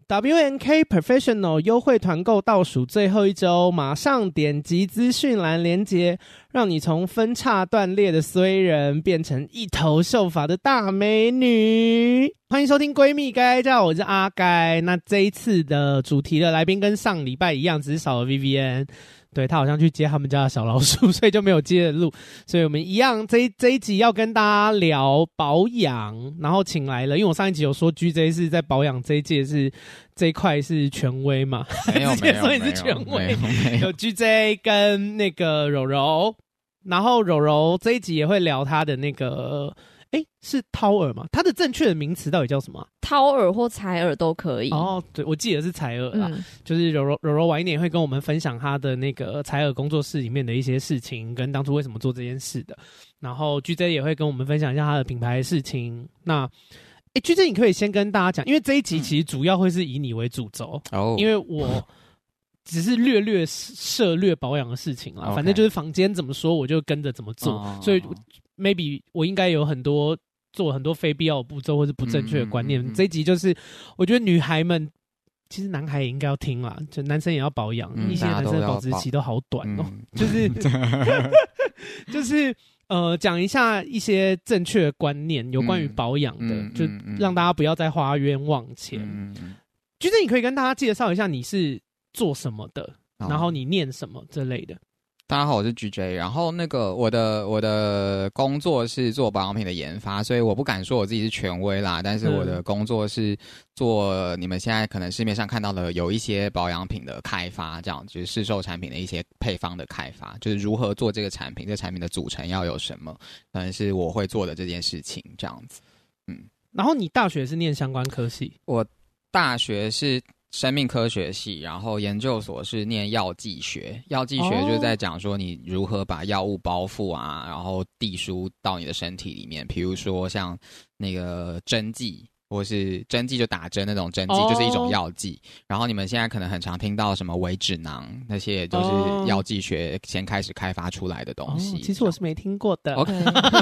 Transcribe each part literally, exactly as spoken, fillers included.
W N K Professional 优惠团购倒数最后一周，马上点击资讯栏连结，让你从分叉断裂的衰人变成一头秀发的大美女。欢迎收听闺蜜该叫，我是阿该。那这一次的主题的来宾跟上礼拜一样，只是少了 Vivian。对，他好像去接他们家的小老鼠，所以就没有接着录。所以我们一样这一这一集要跟大家聊保养，然后请来了，因为我上一集有说 G J 是在保养这一届是这一块是权威嘛， 没有没有所以是权威， 没有有 G J 跟那个柔柔，然后柔柔这一集也会聊他的那个。诶，是掏耳吗？它的正确的名词到底叫什么、啊？ 掏耳或采耳都可以。 哦，对，我记得是采耳啦、嗯、就是柔柔柔柔晚一点会跟我们分享他的那个采耳工作室里面的一些事情，跟当初为什么做这件事的。然后 G J 也会跟我们分享一下他的品牌的事情。那诶 G J 你可以先跟大家讲，因为这一集其实主要会是以你为主轴、嗯、因为我只是略略涉略保养的事情啦， okay. 反正就是坊间怎么说我就跟着怎么做、哦、所以maybe 我应该有很多做很多非必要的步骤或是不正确的观念、嗯嗯嗯、这一集就是我觉得女孩们其实男孩也应该要听啦，就男生也要保养、嗯、一些男生的保质期都好短哦、喔嗯、就是就是呃讲一下一些正确的观念有关于保养的、嗯、就让大家不要再花冤枉钱。其实你可以跟大家介绍一下你是做什么的、哦、然后你念什么之类的。 大家好，我是 G J， 然后那个我的我的工作是做保养品的研发，所以我不敢说我自己是权威啦，但是我的工作是做你们现在可能市面上看到的有一些保养品的开发，这样就是市售产品的一些配方的开发，就是如何做这个产品，这个产品的组成要有什么，可能是我会做的这件事情这样子。嗯， 然后你大学是念相关科系？ 我大学是生命科学系，然后研究所是念药剂学。药剂学就是在讲说你如何把药物包覆啊，然后递输到你的身体里面，比如说像那个针剂，或是针剂就打针那种针剂、oh. 就是一种药剂。然后你们现在可能很常听到什么微脂囊，那些也都是药剂学先开始开发出来的东西。 Oh, 其实我是没听过的。 OK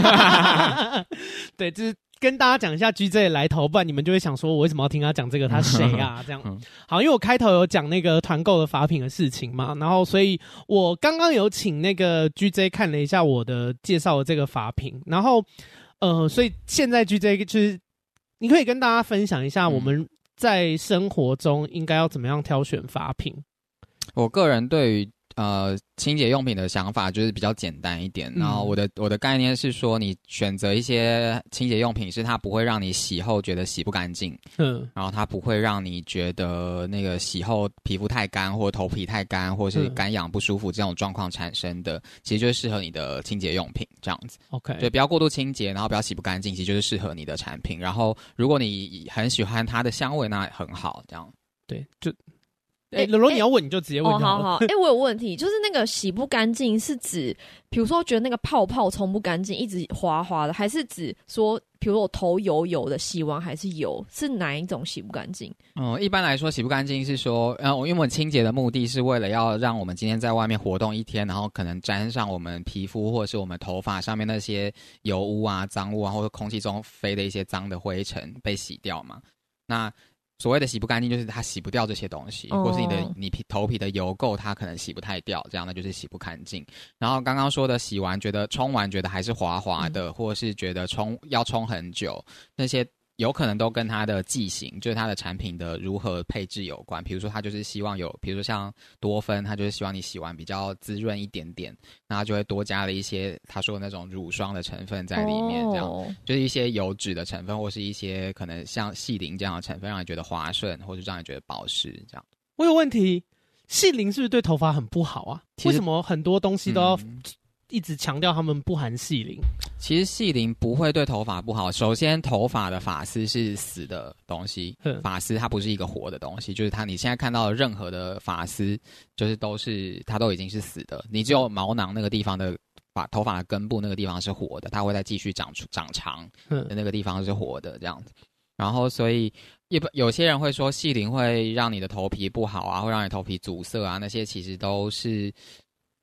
对，就是跟大家讲一下 G J 的来头，不然你们就会想说我为什么要听他讲这个，他谁啊这样。好，因为我开头有讲那个团购的法品的事情嘛，然后所以我刚刚有请那个 G J 看了一下我的介绍的这个法品，然后呃，所以现在 G J 就是你可以跟大家分享一下我们在生活中应该要怎么样挑选法品。 我个人对于呃，清洁用品的想法就是比较简单一点，然后我的我的概念是说，你选择一些清洁用品是它不会让你洗后觉得洗不干净，嗯，然后它不会让你觉得那个洗后皮肤太干或头皮太干或是干痒不舒服这种状况产生的，其实就是适合你的清洁用品这样子。 OK， 就不要过度清洁，然后不要洗不干净，其实就是适合你的产品。然后如果你很喜欢它的香味，那很好，这样。 对，就。哎、欸，柔柔，你要问你就直接问就好了。 哦，好好。哎、欸，我有问题，就是那个洗不干净是指，比如说觉得那个泡泡冲不干净，一直滑滑的，还是指说，比如说我头油油的，洗完还是油，是哪一种洗不干净？ 嗯，一般来说洗不干净是说，呃，因为我们清洁的目的是为了要让我们今天在外面活动一天，然后可能沾上我们皮肤或者是我们头发上面那些油污啊、脏污啊，或者空气中飞的一些脏的灰尘被洗掉嘛。那所谓的洗不干净，就是它洗不掉这些东西，或是你的你皮头皮的油垢，它可能洗不太掉，这样的就是洗不干净。然后刚刚说的洗完觉得冲完觉得还是滑滑的，嗯、或是觉得冲要冲很久，那些有可能都跟它的剂型，就是它的产品的如何配置有关。比如说它就是希望有，比如说像多芬，它就是希望你洗完比较滋润一点点，那它就会多加了一些他说的那种乳霜的成分在里面，这样、哦、就是一些油脂的成分，或是一些可能像细鳞这样的成分，让你觉得滑顺，或是让你觉得保湿这样。 我有问题，细鳞是不是对头发很不好啊？为什么很多东西都要、嗯一直强调他们不含细鳞？ 其实细鳞不会对头发不好。首先，头发的发丝是死的东西，发丝它不是一个活的东西，就是它你现在看到的任何的发丝，就是都是它都已经是死的。你只有毛囊那个地方的把头发的根部那个地方是活的，它会再继续长出长长的那个地方是活的这样子。然后，所以有些人会说细鳞会让你的头皮不好啊，会让你头皮阻塞啊，那些其实都是。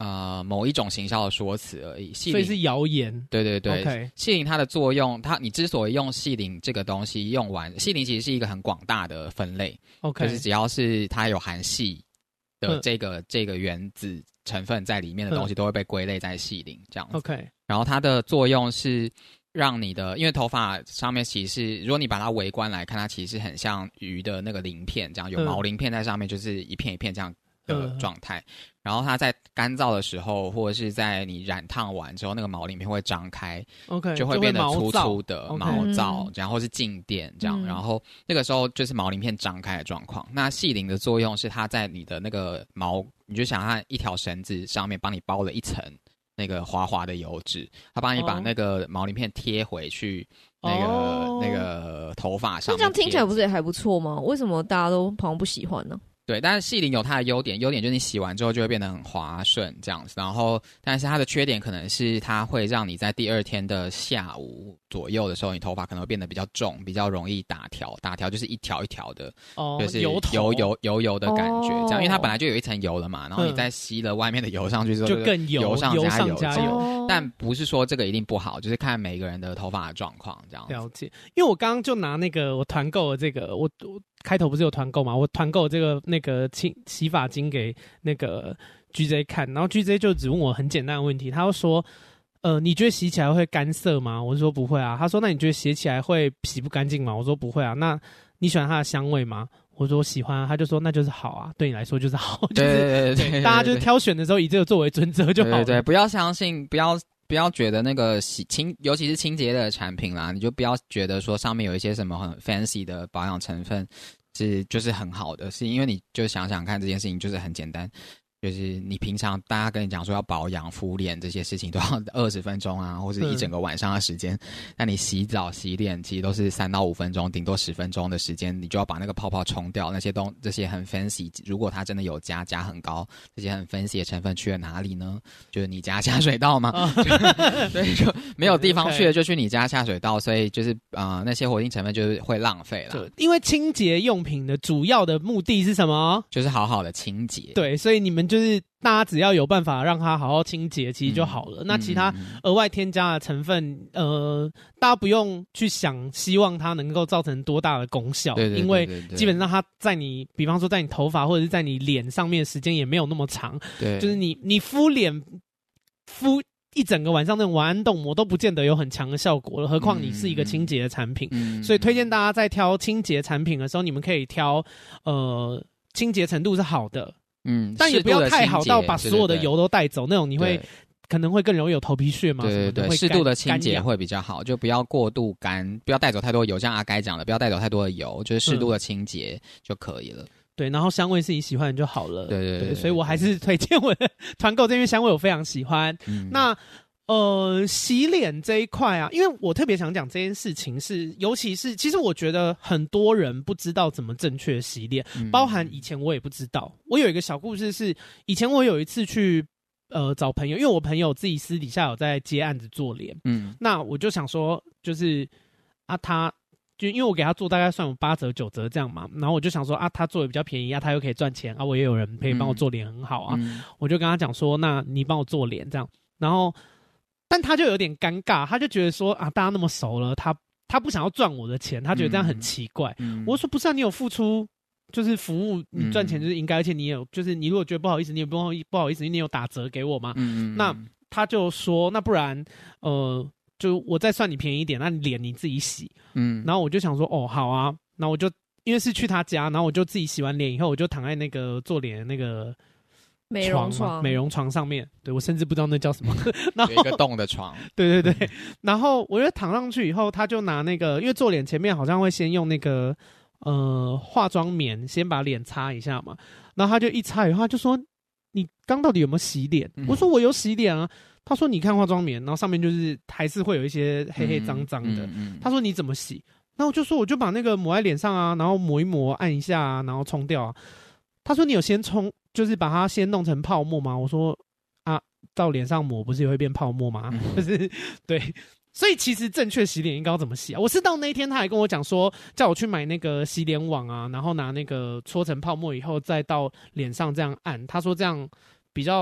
呃某一种行销的说辞而已。 所以是谣言。 对对对， okay. 细鳞它的作用，它你之所以用细鳞这个东西用完，细鳞其实是一个很广大的分类 ，OK， 就是只要是它有含细的这个、嗯、这个原子成分在里面的东西，都会被归类在细鳞这样子。 OK， 然后它的作用是让你的，因为头发上面其实是，如果你把它围观来看，它其实很像鱼的那个鳞片，这样有毛鳞片在上面，就是一片一片这样的状态。嗯、然后它在干燥的时候，或者是在你染烫完之后，那个毛鳞片会张开 ，OK， 就会变得粗粗的毛躁，然后是静电这样、嗯。然后那个时候就是毛鳞片张开的状况。那细鳞的作用是它在你的那个毛，你就想它一条绳子上面帮你包了一层那个滑滑的油脂，它帮你把那个毛鳞片贴回去那个、哦、那个头发上面。那这样听起来不是也还不错吗？为什么大家都好像不喜欢呢？ 对，但是细鳞有它的优点，优点就是你洗完之后就会变得很滑顺这样子。然后，但是它的缺点可能是它会让你在第二天的下午左右的时候，你头发可能会变得比较重，比较容易打条。打条就是一条一条的， 哦、 就是油油油油油的感觉， 哦、 这样，因为它本来就有一层油了嘛，然后你再吸了外面的油上去之后， 就更油， 油上加油， 加油。 但不是说这个一定不好，就是看每个人的头发的状况这样子。 了解，因为我刚刚就拿那个我团购的这个，我我开头不是有团购嘛，我团购这个那个清洗发精给那个 G J 看，然后 G J 就只问我很简单的问题，他就说，呃，你觉得洗起来会干涩吗？我就说不会啊。他说，那你觉得洗起来会洗不干净吗？我说不会啊。那你喜欢它的香味吗？我说我喜欢啊。他就说那就是好啊，对你来说就是好，就是对对对 对, 对, 对， 大家就是挑选的时候以这个作为准则就好了。 对对对，不要相信，不要。不要觉得那个洗清，尤其是清洁的产品啦，你就不要觉得说上面有一些什么很 fancy 的保养成分是就是很好的，是因为你就想想看这件事情就是很简单，就是你平常大家跟你讲说要保养、敷脸这些事情都要二十分钟啊，或者一整个晚上的时间。那、嗯、你洗澡、洗脸其实都是三到五分钟，顶多十分钟的时间，你就要把那个泡泡冲掉。那些东这些很 fancy， 如果它真的有加加很高，这些很 fancy 的成分去了哪里呢？就是你家下水道吗？所以就没有地方去了，就去你家下水道。所以就是呃那些活性成分就是会浪费了。 因为清洁用品的主要的目的是什么？ 就是好好的清洁。 对，所以你们就是大家只要有办法让它好好清洁，其实就好了。嗯、那其他额外添加的成分，呃，大家不用去想，希望它能够造成多大的功效， 对对对对对， 因为基本上它在你，比方说在你头发或者是在你脸上面时间也没有那么长。 对， 就是你你敷脸敷一整个晚上那种晚安冻膜都不见得有很强的效果了，何况你是一个清洁的产品。嗯、所以推荐大家在挑清洁产品的时候，你们可以挑呃清洁程度是好的。 嗯， 但也不要太好到把所有的油都带走，对对对，那种你会可能会更容易有头皮屑嘛。 对对对，适度的清洁会比较好，就不要过度干，不要带走太多油。像阿该讲的，不要带走太多的油，就是适度的清洁就可以了。嗯、 对，然后香味是你喜欢的就好了。 对对 对, 对, 对, 对， 所以我还是推荐我的团购这边香味我非常喜欢。嗯、那。呃，洗脸这一块啊，因为我特别想讲这件事情是，尤其是其实我觉得很多人不知道怎么正确洗脸，嗯、包含以前我也不知道。我有一个小故事是，以前我有一次去呃找朋友，因为我朋友自己私底下有在接案子做脸，嗯，那我就想说，就是啊他。就因为我给他做大概算有八折九折这样嘛，然后我就想说啊，他做的比较便宜啊，他又可以赚钱啊，我也有人可以帮我做脸很好啊，嗯、我就跟他讲说，那你帮我做脸这样，然后。但他就有点尴尬，他就觉得说啊，大家那么熟了，他他不想要赚我的钱，他觉得这样很奇怪。嗯、我说不是啊，你有付出，就是服务，你赚钱就是应该，而且你有，就是你如果觉得不好意思，你也不好不好意思，因为你有打折给我嘛。嗯、那他就说，那不然呃，就我再算你便宜一点，那你脸你自己洗。嗯，然后我就想说，哦，好啊，那我就因为是去他家，然后我就自己洗完脸以后，我就躺在那个做脸的那个。 美容床， 美容床上面，对我甚至不知道那叫什么。然后有一个洞的床， 对对对。然后我就躺上去以后，他就拿那个，因为做脸前面好像会先用那个呃化妆棉先把脸擦一下嘛。然后他就一擦以后，他就说：“你刚到底有没有洗脸？”嗯、我说：“我有洗脸啊。”他说：“你看化妆棉，然后上面就是还是会有一些黑黑脏脏的。嗯嗯嗯”他说：“你怎么洗？”然后我就说：“我就把那个抹在脸上啊，然后抹一抹，按一下啊，然后冲掉啊。”他说：“你有先冲？”就是把它先弄成泡沫吗？我说啊，到脸上抹不是也会变泡沫吗？嗯、就是对，所以其实正确洗脸应该要怎么洗啊？我是到那一天他还跟我讲说，叫我去买那个洗脸网啊，然后拿那个搓成泡沫以后再到脸上这样按。他说这样比较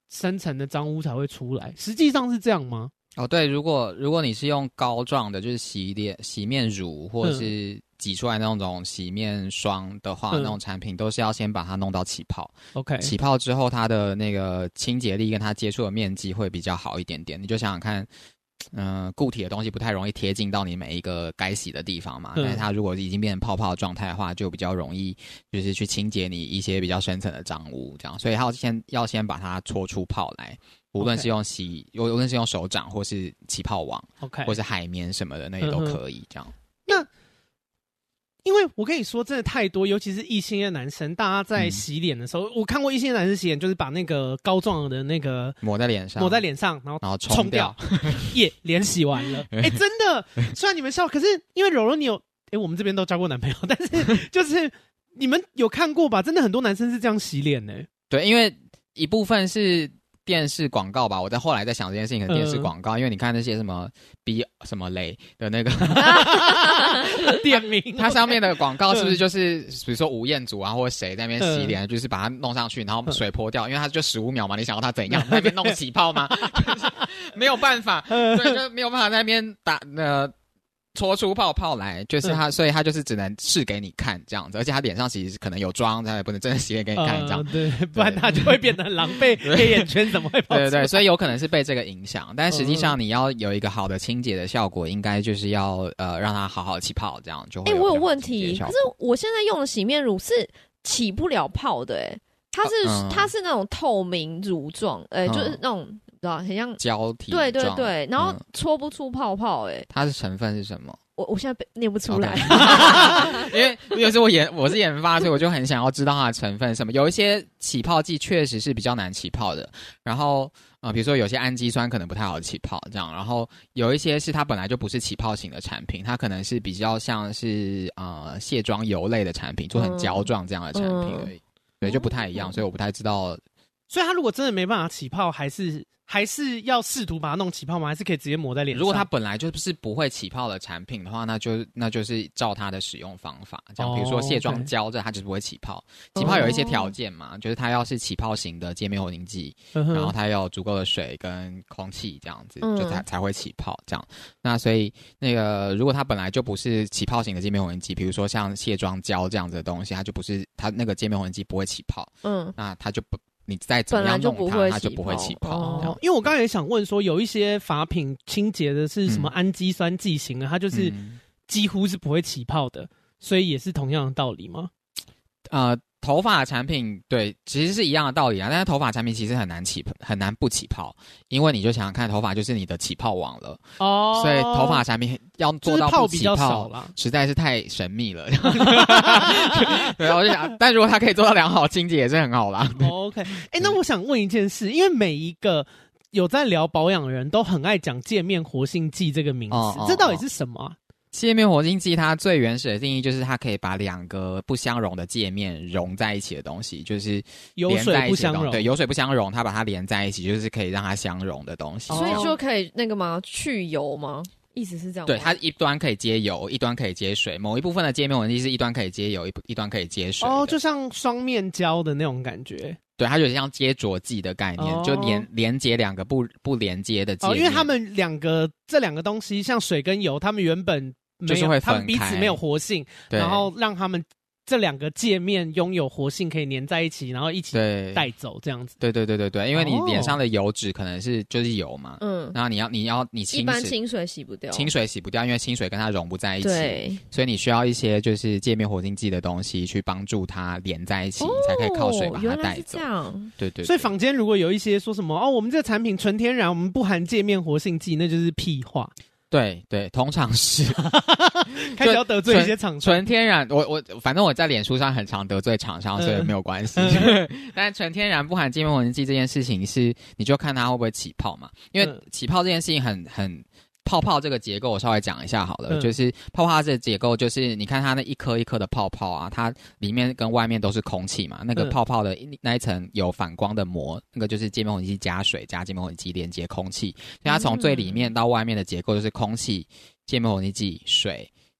深层的脏污才会出来，实际上是这样吗？ 哦，对，如果如果你是用膏状的，就是洗脸洗面乳或者是挤出来那种洗面霜的话， 嗯、 那种产品都是要先把它弄到起泡。 OK， 起泡之后，它的那个清洁力跟它接触的面积会比较好一点点。你就想想看，嗯、呃，固体的东西不太容易贴近到你每一个该洗的地方嘛。嗯、但是它如果已经变成泡泡的状态的话，就比较容易就是去清洁你一些比较深层的脏污，这样。所以它要先要先把它搓出泡来。无论是用洗，无论是用手掌，或是起泡网 ，OK， 或是海绵什么的，那也都可以、嗯、这样。 那因为我跟你说，真的太多，尤其是异性恋男生，大家在洗脸的时候，嗯、我看过异性恋男生洗脸，就是把那个膏状的那个抹在脸上， 抹在脸上，然后然后冲掉，耶，脸洗完了。哎、欸，真的，虽然你们笑，可是因为柔柔你有，哎、欸，我们这边都交过男朋友，但是就是你们有看过吧？真的很多男生是这样洗脸呢、欸。 对，因为一部分是。电视广告吧，我在后来在想这件事情，可能电视广告，呃、因为你看那些什么 B 什么雷的那个店名， 它上面的广告是不是就是比如说吴彦祖啊，或者谁在那边洗脸，呃、就是把它弄上去，然后水泼掉，因为它就十五秒嘛，你想要它怎样，在那边弄起泡吗？就是没有办法，对，就没有办法在那边打呃。搓出泡泡来，就是他，嗯、所以他就是只能试给你看这样子，而且他脸上其实可能有妆，他也不能真的洗脸给你看这样，呃、 对，不然他就会变得很狼狈，黑眼圈怎么会跑出来？ 对对对，所以有可能是被这个影响，但实际上你要有一个好的清洁的效果，应该就是要呃让它好好起泡，这样就会有。哎、 欸，我有问题，可是我现在用的洗面乳是起不了泡的、欸，哎，它是、嗯、它是那种透明乳状，哎、欸，就是那种。知道很像胶体， 对对对，然后搓不出泡泡、欸，哎、嗯， 它的成分是什么？ 我我现在念不出来， okay. 因为因为是我研我是研发，所以我就很想要知道它的成分是什么。有一些起泡剂确实是比较难起泡的，然后呃，比如说有些氨基酸可能不太好起泡，这样，然后有一些是它本来就不是起泡型的产品，它可能是比较像是呃卸妆油类的产品，做成胶状这样的产品而已，嗯、对，就不太一样，所以我不太知道。 所以它如果真的没办法起泡，还是还是要试图把它弄起泡吗？还是可以直接抹在脸上？ 如果它本来就是不会起泡的产品的话，那就那就是照它的使用方法，这样，比如说卸妆胶这它就是不会起泡。起泡有一些条件嘛，哦、就是它要是起泡型的界面活性剂，嗯、然后它要有足够的水跟空气这样子，嗯、就才才会起泡这样。那所以那个如果它本来就不是起泡型的界面活性剂，比如说像卸妆胶这样子的东西，它就不是它那个界面活性剂不会起泡，嗯，那它就不。你再怎么样弄它，它就不会起泡。 哦，因为我刚才也想问说，有一些发品清洁的是什么氨基酸剂型的，嗯、它就是几乎是不会起泡的，所以也是同样的道理吗？ 呃，头发产品对，其实是一样的道理啊。但是头发产品其实很难起，很难不起泡，因为你就想想看，头发就是你的起泡网了哦。所以头发产品要做到不起泡，实在是太神秘了。对，我就想，但如果它可以做到良好清洁，也是很好啦。 OK， 哎、欸，那我想问一件事，因为每一个有在聊保养的人都很爱讲界面活性剂这个名词，哦哦、这到底是什么、啊？ 界面活性剂它最原始的定义就是它可以把两个不相容的界面融在一起的东西，就是有水不相容。 对，有水不相容，它把它连在一起，就是可以让它相容的东西。 所以就可以那个吗？去油吗？意思是这样吗？ 对，它一端可以接油，一端可以接水。某一部分的界面活性剂是一端可以接油，一一端可以接水。 哦，就像双面胶的那种感觉。 对，它有点像接着剂的概念，哦、就连连接两个不不连接的界面。 哦，因为他们两个这两个东西，像水跟油，他们原本没有就是会分开， 他们彼此没有活性，然后让他们这两个界面拥有活性，可以粘在一起，然后一起带走这样子。 对对对对对，因为你脸上的油脂可能是就是油嘛，嗯，然后你要你要你清一般清水洗不掉， 清水洗不掉，因为清水跟它融不在一起， 对， 所以你需要一些就是界面活性剂的东西去帮助它连在一起，哦、你才可以靠水把它带走。 原来是这样， 对 对, 对。 所以坊间如果有一些说什么哦，我们这个产品纯天然，我们不含界面活性剂，那就是屁话。 对对，通常是开始要得罪一些厂商。 纯天然，我我反正我在脸书上很常得罪厂商，所以没有关系。嗯、但纯天然不含界面活性剂这件事情是，你就看它会不会起泡嘛？因为起泡这件事情很很。泡泡这个结构我稍微讲一下好了，嗯、就是泡泡这个结构就是你看它那一颗一颗的泡泡啊，它里面跟外面都是空气嘛，那个泡泡的那一层有反光的膜，那个就是界面活性剂加水加界面活性剂连接空气，所以它从最里面到外面的结构就是空气、界面活性剂、水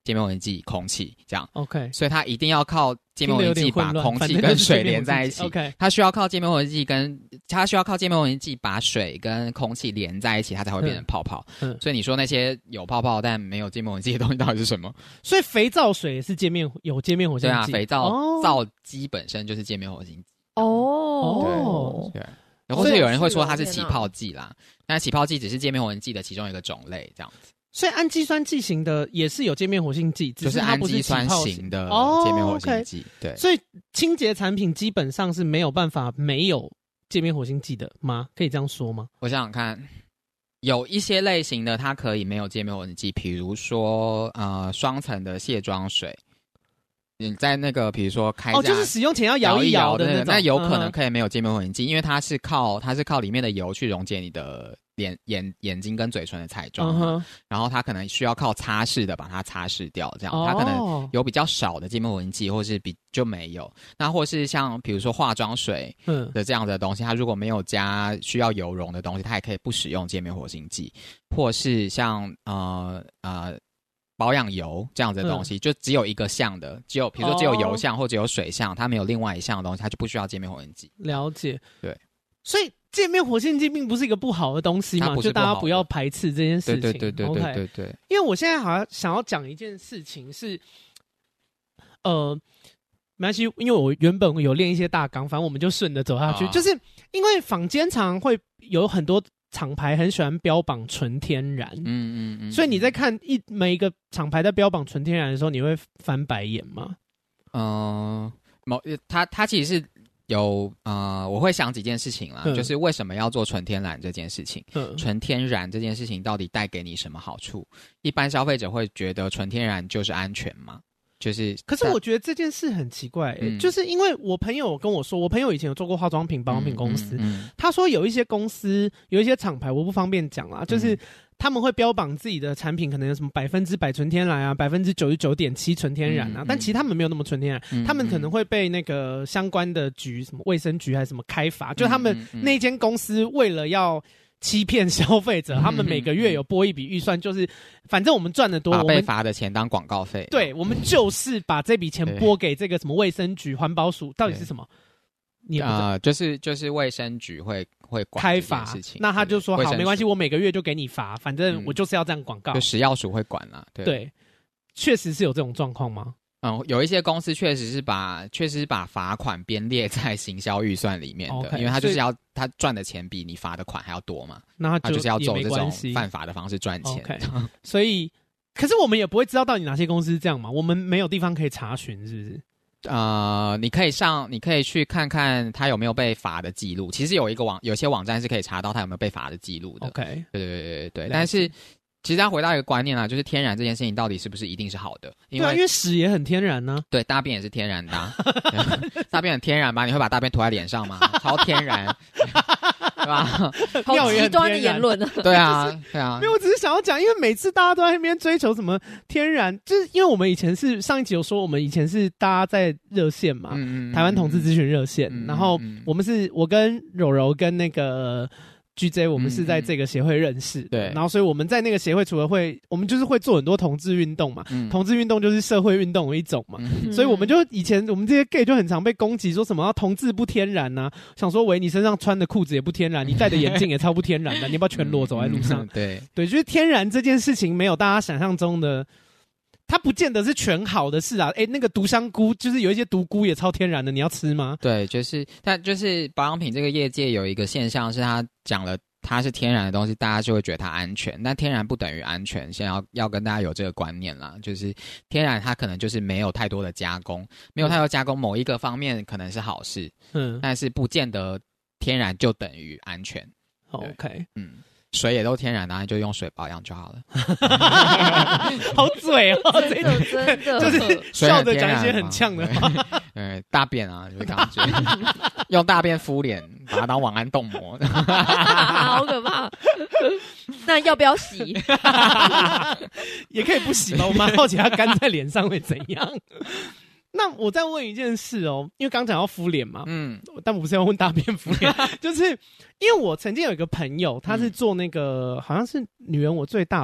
界面活性剂、空气这样。 OK， 所以它一定要靠界面活性剂把空气跟水连在一起。 OK， 它需要靠界面活性剂跟它需要靠界面活性剂把水跟空气连在一起，它才会变成泡泡。嗯，所以你说那些有泡泡但没有界面活性剂的东西到底是什么？ 所以肥皂水也是界面有界面活性剂。 对啊，肥皂皂基本身就是界面活性剂。 哦， 对。对，或是有人会说它是起泡剂啦，但起泡剂只是界面活性剂的其中一个种类，这样子。 所以氨基酸剂型的也是有界面活性剂，只是它不是氨基酸型的界面活性剂。哦 okay，对， 所以清洁产品基本上是没有办法没有界面活性剂的吗？可以这样说吗？ 我想想看，有一些类型的它可以没有界面活性剂，比如说呃双层的卸妆水。你在那个比如说开哦，就是使用前要摇一摇的那种， 那有可能可以没有界面活性剂，因为它是靠它是靠里面的油去溶解你的眼眼眼睛跟嘴唇的彩妆，嗯，然后它可能需要靠擦拭的把它擦拭掉，这样，哦，它可能有比较少的界面活性剂，或是比就没有。那或是像比如说化妆水的这样的东西，它如果没有加需要油溶的东西，它也可以不使用界面活性剂，或是像呃呃。保养油这样子的东西，嗯，就只有一个项的，只有比如说只有油项或只有水项，它没有另外一项的东西，它就不需要界面活性剂。 了解， 对， 所以界面活性剂并不是一个不好的东西嘛，就大家不要排斥这件事情。 对对对对对对对。 Okay，因为我现在好像想要讲一件事情是，呃，没关系，因为我原本有练一些大纲，反正我们就顺着走下去，啊，就是因为坊间常会有很多厂牌很喜欢标榜纯天然，嗯嗯嗯，所以你在看一每一个厂牌在标榜纯天然的时候，你会翻白眼吗？ 嗯，某他他其实是有呃，我会想几件事情啦，嗯，就是为什么要做纯天然这件事情，嗯，纯天然这件事情到底带给你什么好处？一般消费者会觉得纯天然就是安全吗？就是， 可是我觉得这件事很奇怪，欸嗯，就是因为我朋友跟我说，我朋友以前有做过化妆品、保养品公司，嗯嗯嗯，他说有一些公司有一些厂牌，我不方便讲啦，就是他们会标榜自己的产品可能有什么百分之百纯天然啊，百分之九十九点七纯天然啊，嗯嗯，但其实他们没有那么纯天然，嗯嗯，他们可能会被那个相关的局，什么卫生局还是什么开罚，就他们那间公司为了要欺骗消费者，他们每个月有拨一笔预算，就是反正我们赚的多， 把被罚的钱当广告费。 对，我们就是把这笔钱拨给这个什么卫生局、环保署，到底是什么？你啊、呃，就是就是卫生局会会管开罚事情，那他就说好，没关系，我每个月就给你罚，反正我就是要这样广告。 就食药署会管啦，对， 对，确实是有这种状况吗？ 嗯，有一些公司确实是把确实是把罚款编列在行销预算里面的， okay， 因为他就是要他赚的钱比你罚的款还要多嘛， 那他 就, 他就是要走这种犯法的方式赚钱。 Okay， 所以，可是我们也不会知道到底哪些公司是这样嘛，我们没有地方可以查询，是不是？ 呃，你可以上，你可以去看看他有没有被罚的记录。其实有一个网，有些网站是可以查到他有没有被罚的记录的。 OK， 对对对对对。但是，其实要回到一个观念啊，就是天然这件事情到底是不是一定是好的？因为对啊，因为屎也很天然呢、啊。 对，大便也是天然的、啊，大便很天然吗？你会把大便涂在脸上吗？超天然。对吧？ 好极端的言论啊！ 对啊，对啊。 没有，我只是想要讲，因为每次大家都在那边追求什么天然，就是因为我们以前是上一集有说，我们以前是大家在热线嘛，嗯嗯台湾同志咨询热线、嗯，然后我们是我跟柔柔跟那个。G J 我们是在这个协会认识的、嗯，对，然后所以我们在那个协会除了会，我们就是会做很多同志运动嘛，嗯、同志运动就是社会运动的一种嘛、嗯，所以我们就以前我们这些 gay 就很常被攻击，说什么同志不天然啊，想说喂你身上穿的裤子也不天然，你戴的眼镜也超不天然的，你要不要全裸走在路上？ 嗯、对对，就是天然这件事情没有大家想象中的。它不见得是全好的事啊，哎，那个毒香菇就是有一些毒菇也超天然的，你要吃吗？ 对，就是但就是保养品这个业界有一个现象是，它讲了它是天然的东西，大家就会觉得它安全，但天然不等于安全，现在要要跟大家有这个观念啦，就是天然它可能就是没有太多的加工，没有太多加工，某一个方面可能是好事，嗯，但是不见得天然就等于安全。 OK， 嗯。水也都天然的，就用水保养就好了。 好嘴哦， 真的真的就是笑着讲一些很呛的话。 对，大便啊，就是感觉用大便敷脸，把它当晚安冻膜， 好可怕。那要不要洗？ 也可以不洗吧，我蛮好奇它干在脸上会怎样。那我再问一件事哦，因为刚讲要敷脸嘛，嗯，但我不是要问大便敷脸，就是因为我曾经有一个朋友，他是做那个、嗯、好像是女人我最大吧，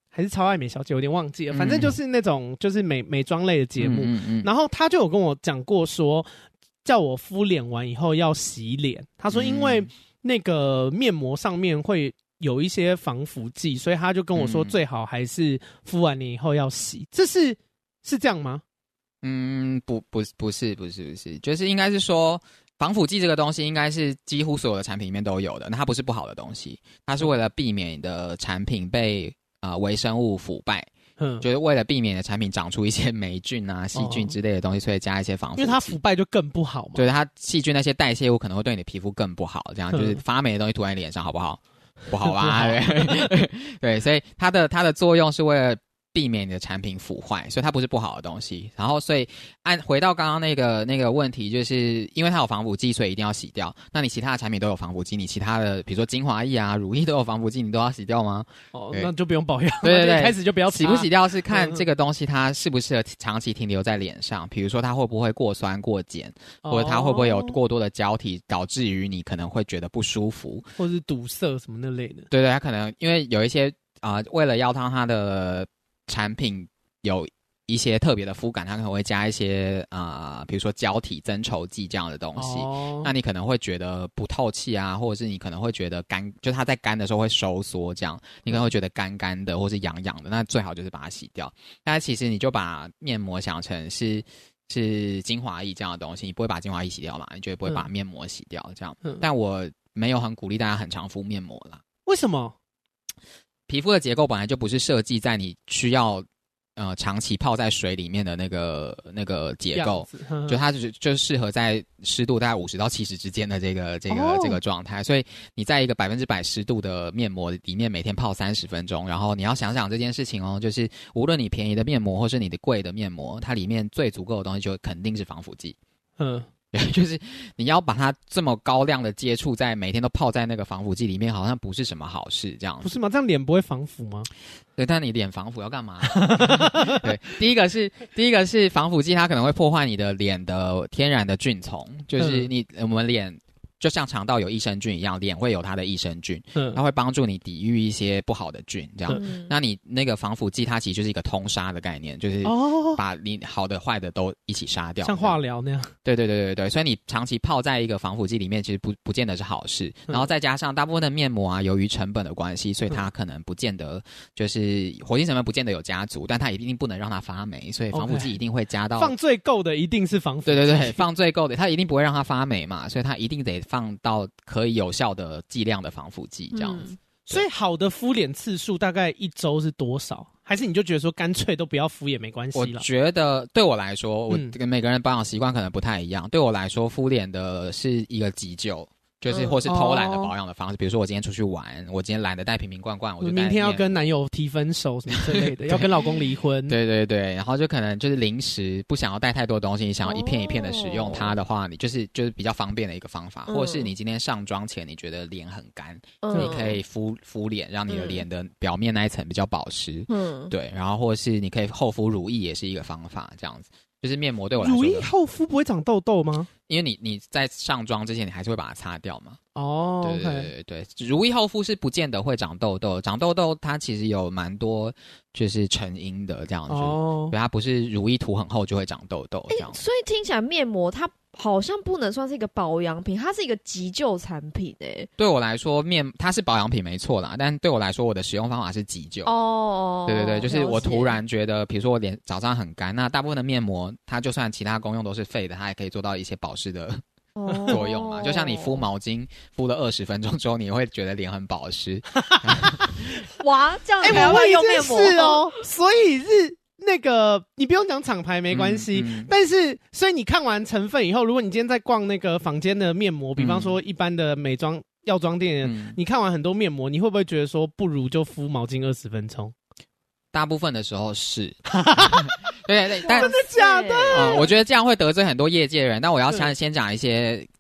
还是超爱美小姐，有点忘记了，反正就是那种就是美美妆类的节目。嗯嗯嗯，然后他就有跟我讲过说，叫我敷脸完以后要洗脸。他说因为那个面膜上面会有一些防腐剂，所以他就跟我说最好还是敷完脸以后要洗。这是是这样吗？ 嗯，不不不是不是不是，就是应该是说。防腐剂这个东西应该是几乎所有的产品里面都有的，那它不是不好的东西，它是为了避免你的产品被呃微生物腐败，嗯，就是为了避免你的产品长出一些霉菌啊、细菌之类的东西，所以加一些防腐剂。 因为它腐败就更不好嘛。 对，它细菌那些代谢物可能会对你的皮肤更不好，这样就是发霉的东西涂在你脸上好不好？不好吧？对, 对，所以它的它的作用是为了。避免你的产品腐坏，所以它不是不好的东西。然后，所以按回到刚刚那个那个问题，就是因为它有防腐剂，所以一定要洗掉。那你其他的产品都有防腐剂，你其他的比如说精华液啊、乳液都有防腐剂，你都要洗掉吗？ 哦，那就不用保养。 对对对， 开始就不要擦。 洗不洗掉是看这个东西它适不适合长期停留在脸上，比如说它会不会过酸过碱，哦、或者它会不会有过多的胶体，导致于你可能会觉得不舒服， 或是堵塞什么那类的。 对对，它可能因为有一些啊、呃，为了要让它的产品有一些特别的肤感，它可能会加一些啊、呃，比如说胶体增稠剂这样的东西。哦、那你可能会觉得不透气啊，或者是你可能会觉得干，就它在干的时候会收缩，这样你可能会觉得干干的，或是痒痒的。那最好就是把它洗掉。但其实你就把面膜想成是是精华液这样的东西，你不会把精华液洗掉嘛？你绝对不会把面膜洗掉这样。嗯、但我没有很鼓励大家很常敷面膜啦。 为什么？ 皮肤的结构本来就不是设计在你需要呃长期泡在水里面的那个那个结构，就它就就适合在湿度大概五十到七十之间的这个这个、哦、这个状态。所以你在一个百分之百湿度的面膜里面每天泡三十分钟，然后你要想想这件事情哦，就是无论你便宜的面膜或是你的贵的面膜，它里面最足够的东西就肯定是防腐剂。嗯。就是你要把它这么高量的接触在每天都泡在那个防腐剂里面，好像不是什么好事，这样子。 不是吗？这样脸不会防腐吗？ 对，但你脸防腐要干嘛？对，第一个是第一个是防腐剂，它可能会破坏你的脸的天然的菌丛，就是你、嗯、我们脸。就像肠道有益生菌一样，脸会有它的益生菌，嗯、它会帮助你抵御一些不好的菌，这样。嗯、那你那个防腐剂，它其实就是一个通杀的概念，就是把你好的坏的都一起杀掉， 像化疗那样。 对对对对对，所以你长期泡在一个防腐剂里面，其实不不见得是好事。嗯、然后再加上大部分的面膜啊，由于成本的关系，所以它可能不见得就是活性成分不见得有加足，但它一定不能让它发霉，所以防腐剂一定会加到。 Okay. 放最够的一定是防腐剂。 对对对，放最够的，它一定不会让它发霉嘛，所以它一定得。放到可以有效的剂量的防腐剂这样子、嗯， 所以好的敷脸次数大概一周是多少？还是你就觉得说干脆都不要敷也没关系了？ 我觉得对我来说，我跟每个人保养习惯可能不太一样。嗯、对我来说，敷脸的是一个急救。就是或是偷懒的保养的方式，嗯哦、比如说我今天出去玩，我今天懒得带瓶瓶罐罐，我就带明天要跟男友提分手什么之类的，要跟老公离婚。 对对对，然后就可能就是临时不想要带太多东西，你想要一片一片的使用它的话，哦、你就是就是比较方便的一个方法，嗯、或者是你今天上妆前你觉得脸很干，嗯、你可以敷敷脸，让你的脸的表面那一层比较保湿。嗯，对，然后或者是你可以后敷乳液也是一个方法，这样子。就是面膜对我来说， 乳液厚敷不会长痘痘吗？ 因为你你在上妆之前，你还是会把它擦掉嘛。 哦， 对对对对对，乳液厚敷是不见得会长痘痘，长痘痘它其实有蛮多就是成因的这样子，哦，对，它不是乳液涂很厚就会长痘痘这样。 所以听起来面膜它好像不能算是一个保养品，它是一个急救产品诶。 对我来说，面它是保养品没错啦，但对我来说，我的使用方法是急救。哦，对对对，就是我突然觉得，比如说我脸早上很干，那大部分的面膜它就算其他功用都是废的，它也可以做到一些保湿的作用嘛。就像你敷毛巾敷了二十分钟之后，你会觉得脸很保湿。 哇，这样你还要用面膜哦？所以是。那个你不用讲厂牌没关系，嗯嗯、但是所以你看完成分以后，如果你今天在逛那个坊间的面膜，比方说一般的美妆药妆店，嗯、你看完很多面膜，你会不会觉得说不如就敷毛巾二十分钟？ 大部分的时候是，对对对，但真的假的？ 嗯，我觉得这样会得罪很多业界人，但我要先先讲一些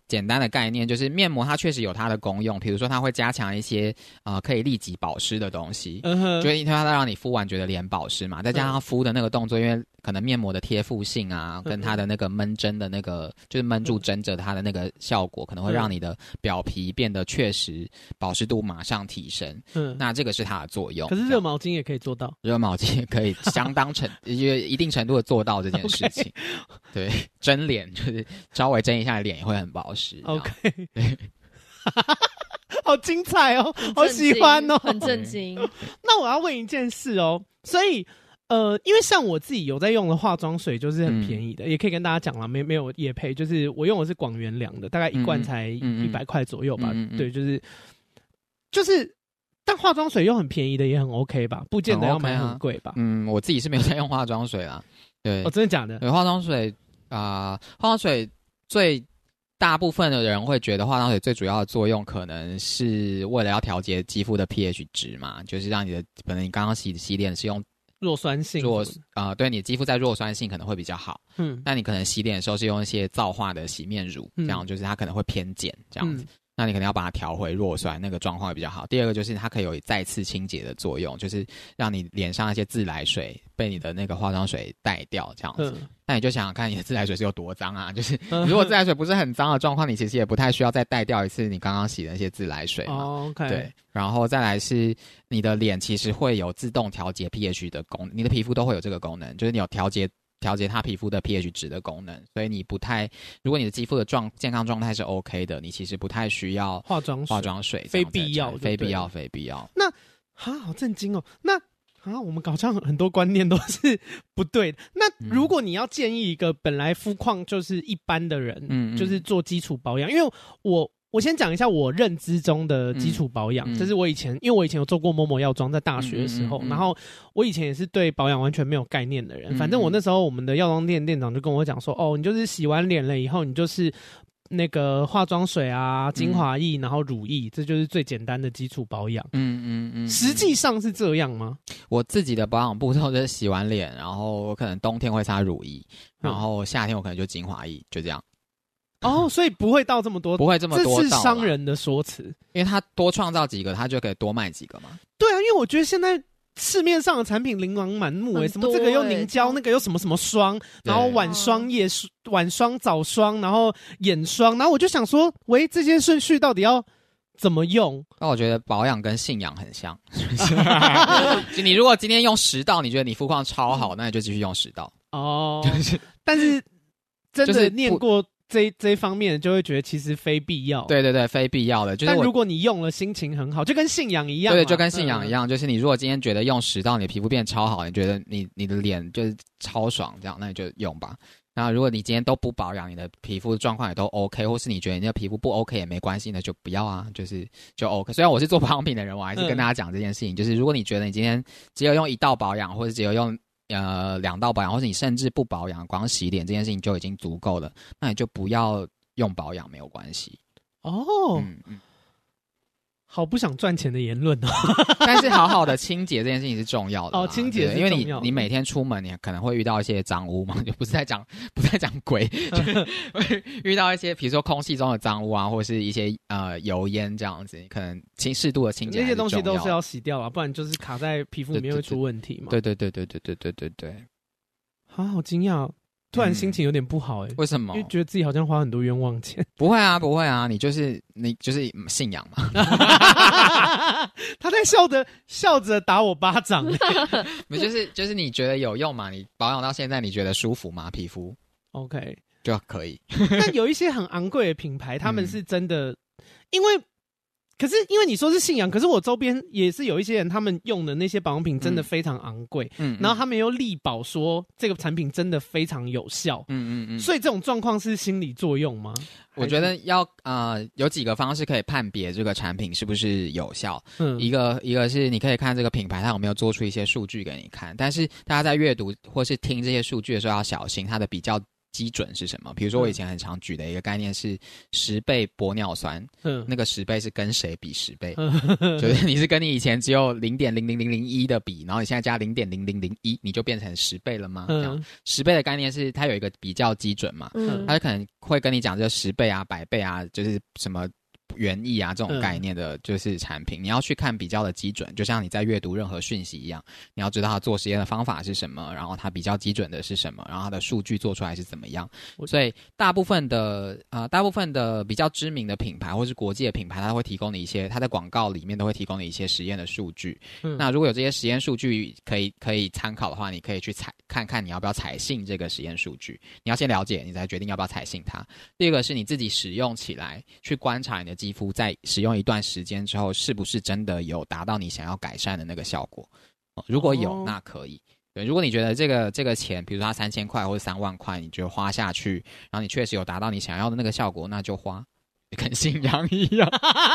简单的概念，就是面膜它确实有它的功用，比如说它会加强一些呃可以立即保湿的东西，嗯哼，就因为它让你敷完觉得脸保湿嘛，再加上敷的那个动作，因为可能面膜的贴附性啊，跟它的那个闷针的那个，就是闷住针着它的那个效果，可能会让你的表皮变得确实保湿度马上提升。嗯，那这个是它的作用。 可是热毛巾也可以做到， 热毛巾也可以相当程，一定程度的做到这件事情。okay. 对，蒸脸就是稍微蒸一下脸也会很保湿。 OK， 对。好精彩哦，好喜欢哦， 很震惊。 那我要问一件事哦，所以呃，因为像我自己有在用的化妆水，就是很便宜的，嗯、也可以跟大家讲了，没没有业配，就是我用的是广元良的，大概一罐才一百块左右吧。嗯嗯嗯对，就是就是，但化妆水又很便宜的，也很 OK 吧？不见得要买很贵吧、 OK 啊？嗯，我自己是没有在用化妆水啦。对， 哦，真的假的？ 对，化妆水啊、呃，化妆水最大部分的人会觉得化妆水最主要的作用，可能是为了要调节肌肤的 pH 值嘛，就是让你的可能你刚刚洗洗脸是用。 弱酸性弱啊、呃，对，你的肌肤在弱酸性可能会比较好，嗯，那你可能洗脸的时候是用一些皂化的洗面乳，嗯、这样就是它可能会偏碱这样子，嗯、那你可能要把它调回弱酸，那个状况会比较好。第二个就是它可以有再次清洁的作用，就是让你脸上那些自来水被你的那个化妆水带掉这样子。嗯、那你就想想看，你的自来水是有多脏啊？就是如果自来水不是很脏的状况，你其实也不太需要再带掉一次你刚刚洗的那些自来水嘛。 哦 OK， 对。然后再来是你的脸其实会有自动调节 pH 的功能，你的皮肤都会有这个功能，就是你有调节调节它皮肤的 pH 值的功能，所以你不太，如果你的肌肤的状健康状态是 OK 的，你其实不太需要化妆水， 化妆水非必要， 非必要，非必要。 那啊，好震惊哦！那啊，我们好像很多观念都是不对的。那如果你要建议一个本来肤况就是一般的人，嗯，就是做基础保养，因为我。我先讲一下我认知中的基础保养，这、嗯、是我以前，因为我以前有做过某某药妆，在大学的时候，嗯嗯嗯、然后我以前也是对保养完全没有概念的人。嗯、反正我那时候我们的药妆店店长就跟我讲说，哦，你就是洗完脸了以后，你就是那个化妆水啊、精华液，然后乳液，这就是最简单的基础保养。嗯嗯嗯。实际上是这样吗？ 我自己的保养步骤就是洗完脸，然后我可能冬天会擦乳液，然后夏天我可能就精华液，就这样。 哦，所以不会到这么多， 不会这么多， 这是商人的说辞， 因为他多创造几个，他就可以多卖几个嘛。 对啊，因为我觉得现在市面上的产品琳琅满目、欸，哎，什么这个又凝胶，那个又什么什么霜，然后晚霜、夜晚霜、早霜，然后眼霜，然后我就想说，喂，这些顺序到底要怎么用？ 那我觉得保养跟信仰很像，就你如果今天用十道，你觉得你肤况超好，那你就继续用十道哦。但是真的念过。这这一方面就会觉得其实非必要， 对对对，非必要的。就是但如果你用了心情很好，就跟信仰一样， 对，就跟信仰一样，嗯、就是你如果今天觉得用十道你的皮肤变超好，你觉得你你的脸就是超爽，这样那你就用吧。那如果你今天都不保养，你的皮肤状况也都 OK， 或是你觉得你的皮肤不 OK 也没关系，那就不要啊，就是就 OK。虽然我是做保养品的人，我还是跟大家讲这件事情，嗯、就是如果你觉得你今天只有用一道保养，或者只有用。呃，两道保养，或者你甚至不保养，光洗脸这件事情就已经足够了，那你就不要用保养，没有关系。 哦，嗯嗯，好不想赚钱的言论哦。 但是好好的清洁这件事情是重要的哦，清洁是重要的， 因为你你每天出门，你可能会遇到一些脏污嘛，就不是在讲不是在讲鬼，就是会遇到一些，比如说空气中的脏污啊，或者是一些呃油烟这样子，可能清适度的清洁， 那些东西都是要洗掉啊，不然就是卡在皮肤里面会出问题嘛。 对对对对对对对对对。 啊，好惊讶！突然心情有点不好哎、欸嗯，为什么？ 因为觉得自己好像花很多冤枉钱。 不会啊，不会啊，你就是你就是信仰嘛。 他在笑着笑着打我巴掌、欸， 没就是就是你觉得有用嘛？你保养到现在你觉得舒服吗？皮肤 OK 就可以。 但有一些很昂贵的品牌，他们是真的，嗯、因为。可是因为你说是信仰，可是我周边也是有一些人，他们用的那些保养品真的非常昂贵，嗯，然后他们又力保说这个产品真的非常有效，嗯嗯嗯，所以这种状况是心理作用吗？ 我觉得要呃有几个方式可以判别这个产品是不是有效，嗯，一个一个是你可以看这个品牌它有没有做出一些数据给你看，但是大家在阅读或是听这些数据的时候要小心，它的比较基准是什么？比如说我以前很常举的一个概念是十倍玻尿酸，嗯，那个十倍是跟谁比十倍？嗯、就是你是跟你以前只有零点零零零零一的比，然后你现在加零点零零零一，你就变成十倍了吗？嗯、这样十倍的概念是它有一个比较基准嘛，嗯，它可能会跟你讲这十倍啊、百倍啊，就是什么。园艺啊这种概念的就是产品、嗯、你要去看比较的基准，就像你在阅读任何讯息一样，你要知道它做实验的方法是什么，然后它比较基准的是什么，然后它的数据做出来是怎么样。所以大部分的呃大部分的比较知名的品牌或是国际的品牌，它会提供你一些，它在广告里面都会提供你一些实验的数据、嗯、那如果有这些实验数据可以可以参考的话，你可以去采看看你要不要采信这个实验数据，你要先了解你才决定要不要采信它。第二个是你自己使用起来去观察你的肌肤在使用一段时间之后是不是真的有达到你想要改善的那个效果、呃、如果有、哦、那可以。对，如果你觉得这个这个钱比如说它三千块或者三万块你觉得花下去，然后你确实有达到你想要的那个效果，那就花，跟信仰一样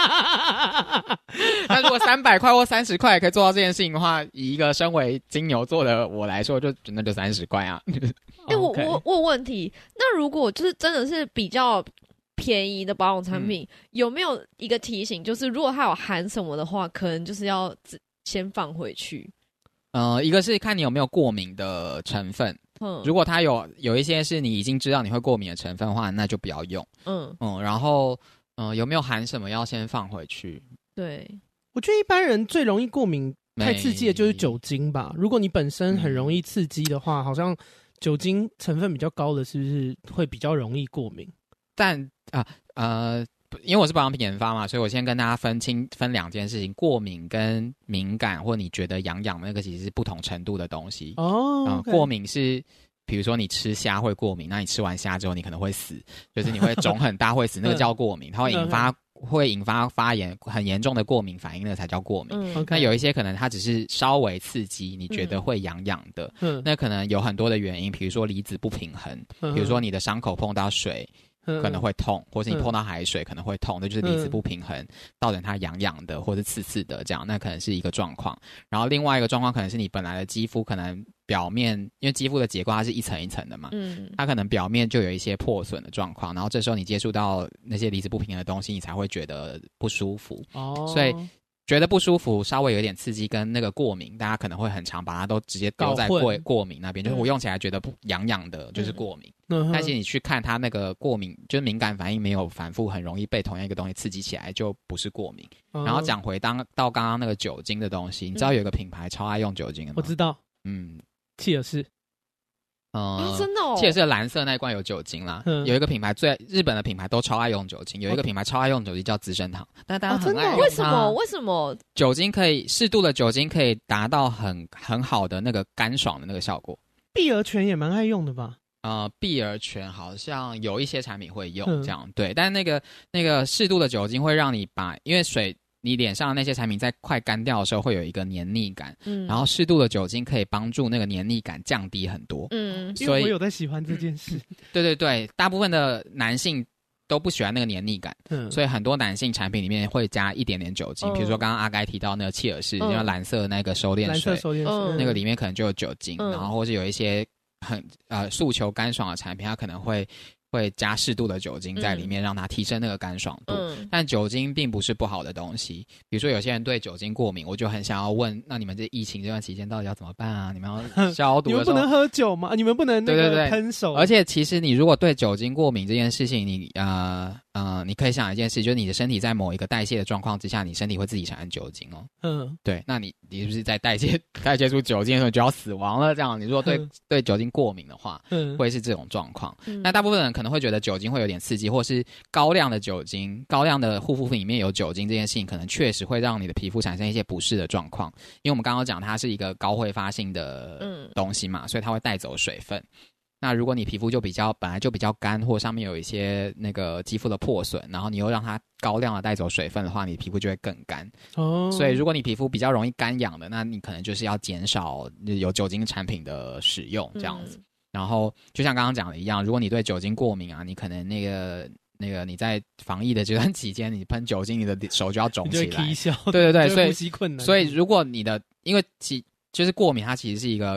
那如果三百块或三十块也可以做到这件事情的话，以一个身为金牛座的我来说，就那就三十块啊哎、欸，我我我有问题，那如果就是真的是比较便宜的保养产品、嗯、有没有一个提醒，就是如果它有含什么的话，可能就是要先放回去。 呃，一个是看你有没有过敏的成分，嗯，如果它有有一些是你已经知道你会过敏的成分的话，那就不要用，嗯嗯，然后呃有没有含什么要先放回去。 对， 我觉得一般人最容易过敏太刺激的就是酒精吧，如果你本身很容易刺激的话、嗯、好像酒精成分比较高的是不是会比较容易过敏？ 但啊 呃, 呃，因为我是保养品研发嘛，所以我先跟大家分清分两件事情，过敏跟敏感或你觉得痒痒的那个其实是不同程度的东西哦、呃 okay 。过敏是比如说你吃虾会过敏，那你吃完虾之后你可能会死，就是你会肿很大会死，那个叫过敏，它会引发会引发发炎很严重的过敏反应，那个才叫过敏、嗯、那有一些可能它只是稍微刺激你觉得会痒痒的、嗯、那可能有很多的原因，比如说离子不平衡、嗯、比如说你的伤口碰到水可能会痛，或是你碰到海水可能会痛，那、嗯、就是离子不平衡造成它痒痒的或是刺刺的这样，那可能是一个状况。然后另外一个状况可能是你本来的肌肤可能表面，因为肌肤的结构它是一层一层的嘛，嗯，它可能表面就有一些破损的状况，然后这时候你接触到那些离子不平衡的东西，你才会觉得不舒服。哦，所以觉得不舒服稍微有点刺激跟那个过敏，大家可能会很常把它都直接丢在过过敏那边，就是我用起来觉得痒痒的就是过敏、嗯、但是你去看它那个过敏就是敏感反应没有反复很容易被同样一个东西刺激起来，就不是过敏、嗯、然后讲回当到刚刚那个酒精的东西，你知道有一个品牌超爱用酒精的吗？ 我知道，嗯，契尔氏。 嗯、 啊，真的哦， 契尔氏的蓝色那一罐有酒精啦、嗯、有一个品牌最日本的品牌都超爱用酒精，有一个品牌超爱用酒精叫资生堂，但大家很爱用它、 哦、为什么为什么酒精可以适度的酒精可以达到很很好的那个干爽的那个效果。 碧螺泉也蛮爱用的吧？ 呃，碧螺泉好像有一些产品会用、嗯、这样，对，但那个那个适度的酒精会让你把，因为水你脸上的那些产品在快干掉的时候会有一个黏腻感，嗯，然后适度的酒精可以帮助那个黏腻感降低很多，嗯， 所以因为我有在喜欢这件事， 对对对，大部分的男性都不喜欢那个黏腻感，嗯，所以很多男性产品里面会加一点点酒精，比、嗯、如说刚刚阿该提到那个契尔氏，因为、嗯、蓝色的那个收敛水，蓝色收敛水、嗯， 那个里面可能就有酒精，嗯、然后或是有一些很呃诉求干爽的产品，它可能会。会加适度的酒精在里面、嗯、让它提升那个干爽度、嗯、但酒精并不是不好的东西，比如说有些人对酒精过敏，我就很想要问，那你们这疫情这段期间到底要怎么办啊？你们要消毒的时候你们不能喝酒吗？你们不能那个喷手？ 而且其实你如果对酒精过敏这件事情，你呃呃，你可以想一件事，就是你的身体在某一个代谢的状况之下，你身体会自己产生酒精哦。嗯，对，那你你是不是在代谢代谢出酒精的时候就要死亡了？这样，你如果对、嗯、对酒精过敏的话，嗯，会是这种状况、嗯。那大部分人可能会觉得酒精会有点刺激，或是高量的酒精、高量的护肤品里面有酒精这件事情，可能确实会让你的皮肤产生一些不适的状况。因为我们刚刚讲它是一个高挥发性的东西嘛，所以它会带走水分。那如果你皮肤就比较本来就比较干，或上面有一些那个肌肤的破损，然后你又让它高量的带走水分的话，你皮肤就会更干。哦，所以如果你皮肤比较容易干痒的，那你可能就是要减少有酒精产品的使用这样子。嗯，然后就像刚刚讲的一样，如果你对酒精过敏啊，你可能那个那个你在防疫的这段期间，你喷酒精，你的手就要肿起来。对对对，所以所以如果你的因为其就是过敏，它其实是一个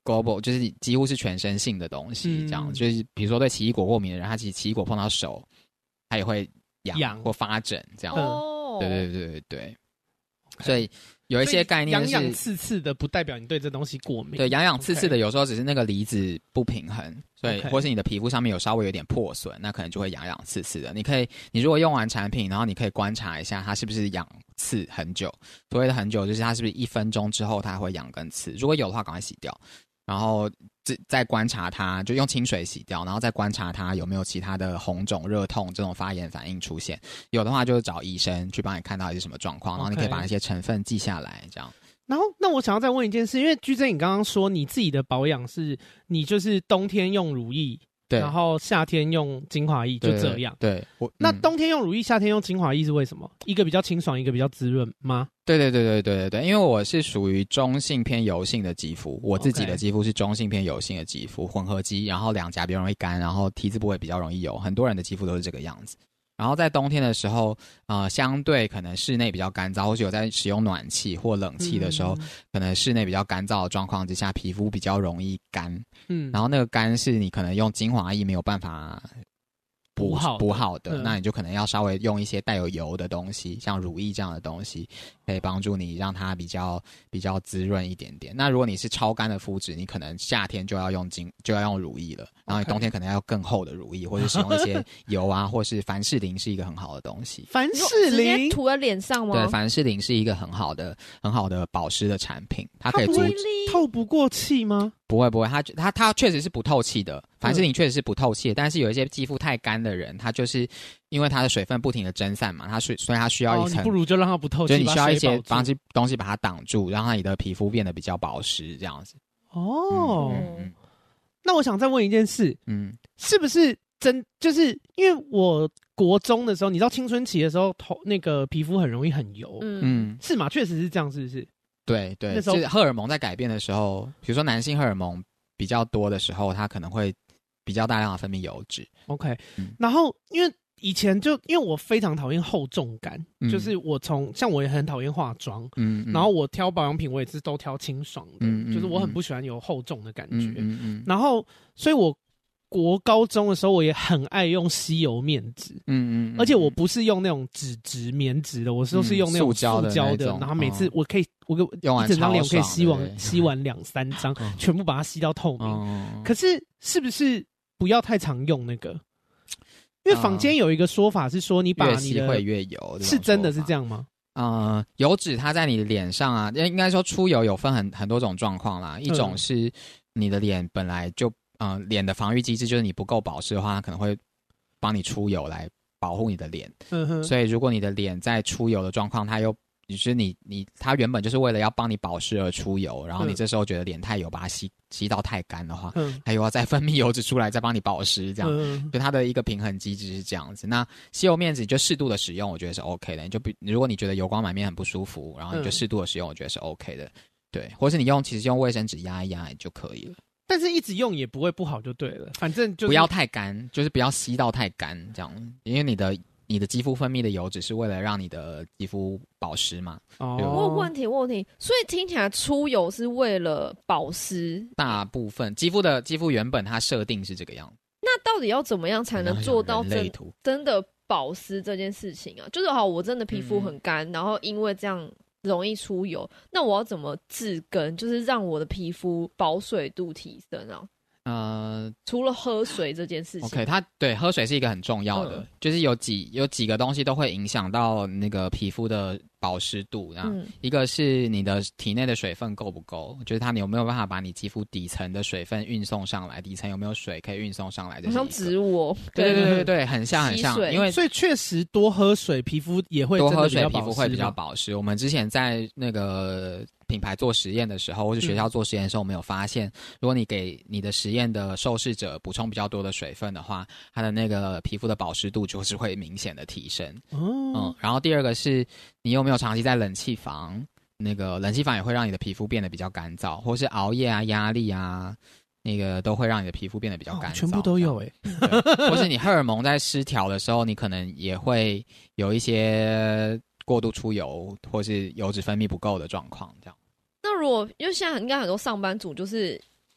global， 就是几乎是全身性的东西，这样、嗯、就是比如说对奇异果过敏的人，他其实奇异果碰到手，他也会痒或发疹这样。 哦， 对对对对对，所以有一些概念是痒痒刺刺的，不代表你对这东西过敏。 对，痒痒刺刺的有时候只是那个离子不平衡，所以 Okay. 或是你的皮肤上面有稍微有点破损，那可能就会痒痒刺刺的。你可以，你如果用完产品，然后你可以观察一下它是不是痒刺很久。所谓的很久，就是它是不是一分钟之后它会痒跟刺。如果有的话，赶快洗掉。然后再观察它，就用清水洗掉，然后再观察它有没有其他的红肿、热痛这种发炎反应出现。有的话，就找医生去帮你看到底是什么状况， Okay. 然后你可以把那些成分记下来，这样。 然后，那我想要再问一件事，因为居珍，你刚刚说你自己的保养是，你就是冬天用乳液， 对， 然后夏天用精华液，就这样。 对，对我那冬天用乳液，夏天用精华液是为什么？一个比较清爽，一个比较滋润吗？ 对对对对对对对，因为我是属于中性偏油性的肌肤，我自己的肌肤是中性偏油性的肌肤，混合肌，然后两颊比较容易干，然后 T 字部位比较容易油，很多人的肌肤都是这个样子。然后在冬天的时候，呃，相对可能室内比较干燥，或是有在使用暖气或冷气的时候，嗯、可能室内比较干燥的状况之下，皮肤比较容易干。嗯，然后那个干是你可能用精华液没有办法补好补好的、嗯，那你就可能要稍微用一些带有油的东西，像乳液这样的东西，可以帮助你让它比较比较滋润一点点。那如果你是超干的肤质，你可能夏天就要用精就要用乳液了，然后你冬天可能要用更厚的乳液，或者使用一些油啊，或是凡士林是一个很好的东西。 凡士林直接涂在脸上吗？ 对，凡士林是一个很好的很好的保湿的产品，它可以阻止透不过气吗？ 不会不会，它它它确实是不透气的，凡士林确实是不透气的、嗯，但是有一些肌肤太干的人，他就是因为它的水分不停的蒸散嘛，它所以它需要一层、 哦，你不如就让它不透气， 就你需要一些帮这东西把它挡住，让你的皮肤变得比较保湿，这样子。 哦、嗯嗯，那我想再问一件事，嗯，是不是真就是因为我国中的时候，你知道青春期的时候，头那个皮肤很容易很油，嗯，是吗？确实是这样，是不是？ 对对，那时候就是荷尔蒙在改变的时候，比如说男性荷尔蒙比较多的时候，它可能会比较大量的分泌油脂。 OK，、嗯、然后因为以前就因为我非常讨厌厚重感、嗯，就是我从像我也很讨厌化妆，嗯，然后我挑保养品我也是都挑清爽的，嗯、就是我很不喜欢有厚重的感觉，嗯嗯嗯、然后所以我国高中的时候我也很爱用吸油面纸，嗯 嗯, 嗯，而且我不是用那种纸质棉质的，我都是用那种塑胶 的, 的, 的，然后每次我可以、哦、我一整张脸我可以吸完吸完两三张，全部把它吸到透明。哦、可是是不是不要太常用那个？因为坊间有一个说法是说，你把你的越吸会越油， 是真的是这样吗？ 呃，油脂它在你的脸上啊，应该说出油有分很很多种状况啦，一种是你的脸本来就。嗯，脸的防御机制就是你不够保湿的话，它可能会帮你出油来保护你的脸。嗯哼。所以如果你的脸在出油的状况，它又就是你你它原本就是为了要帮你保湿而出油，然后你这时候觉得脸太油，把它吸吸到太干的话，嗯，它又要再分泌油脂出来再帮你保湿，这样，嗯，就它的一个平衡机制是这样子。那吸油面纸就适度的使用，我觉得是 OK 的。你就比如果你觉得油光满面很不舒服，然后你就适度的使用，我觉得是 OK 的。对，或是你用其实用卫生纸压一压就可以了。 但是一直用也不会不好就对了，反正就是不要太干，就是不要吸到太干这样，因为你的你的肌肤分泌的油脂是为了让你的肌肤保湿嘛。 哦，我有问题问题，所以听起来出油是为了保湿， 大部分肌肤的肌肤原本它设定是这个样子。 那到底要怎么样才能做到真真的保湿这件事情啊？就是好，我真的皮肤很干，嗯，然后因为这样容易出油，那我要怎么治根？就是让我的皮肤保水度提升啊。呃，除了喝水这件事情 ，OK， 它对喝水是一个很重要的，嗯，就是有几有几个东西都会影响到那个皮肤的保湿度。然后一个是你的体内的水分够不够，就是它你有没有办法把你肌肤底层的水分运送上来，底层有没有水可以运送上来，这是一个。 好像植物， 对对对对对，很像很像，因为所以确实多喝水，皮肤也会多喝水，皮肤会比较保湿。我们之前在那个品牌做实验的时候，或是学校做实验的时候，我们有发现，如果你给你的实验的受试者补充比较多的水分的话，它的那个皮肤的保湿度就是会明显的提升。哦，嗯，然后第二个是你有没有长期在冷气房，那个冷气房也会让你的皮肤变得比较干燥，或是熬夜啊、压力啊，那个都会让你的皮肤变得比较干燥。哦， 全部都有哎。 或是你荷尔蒙在失调的时候，你可能也会有一些过度出油或是油脂分泌不够的状况，这样。 那如果因为现在应该很多上班族就是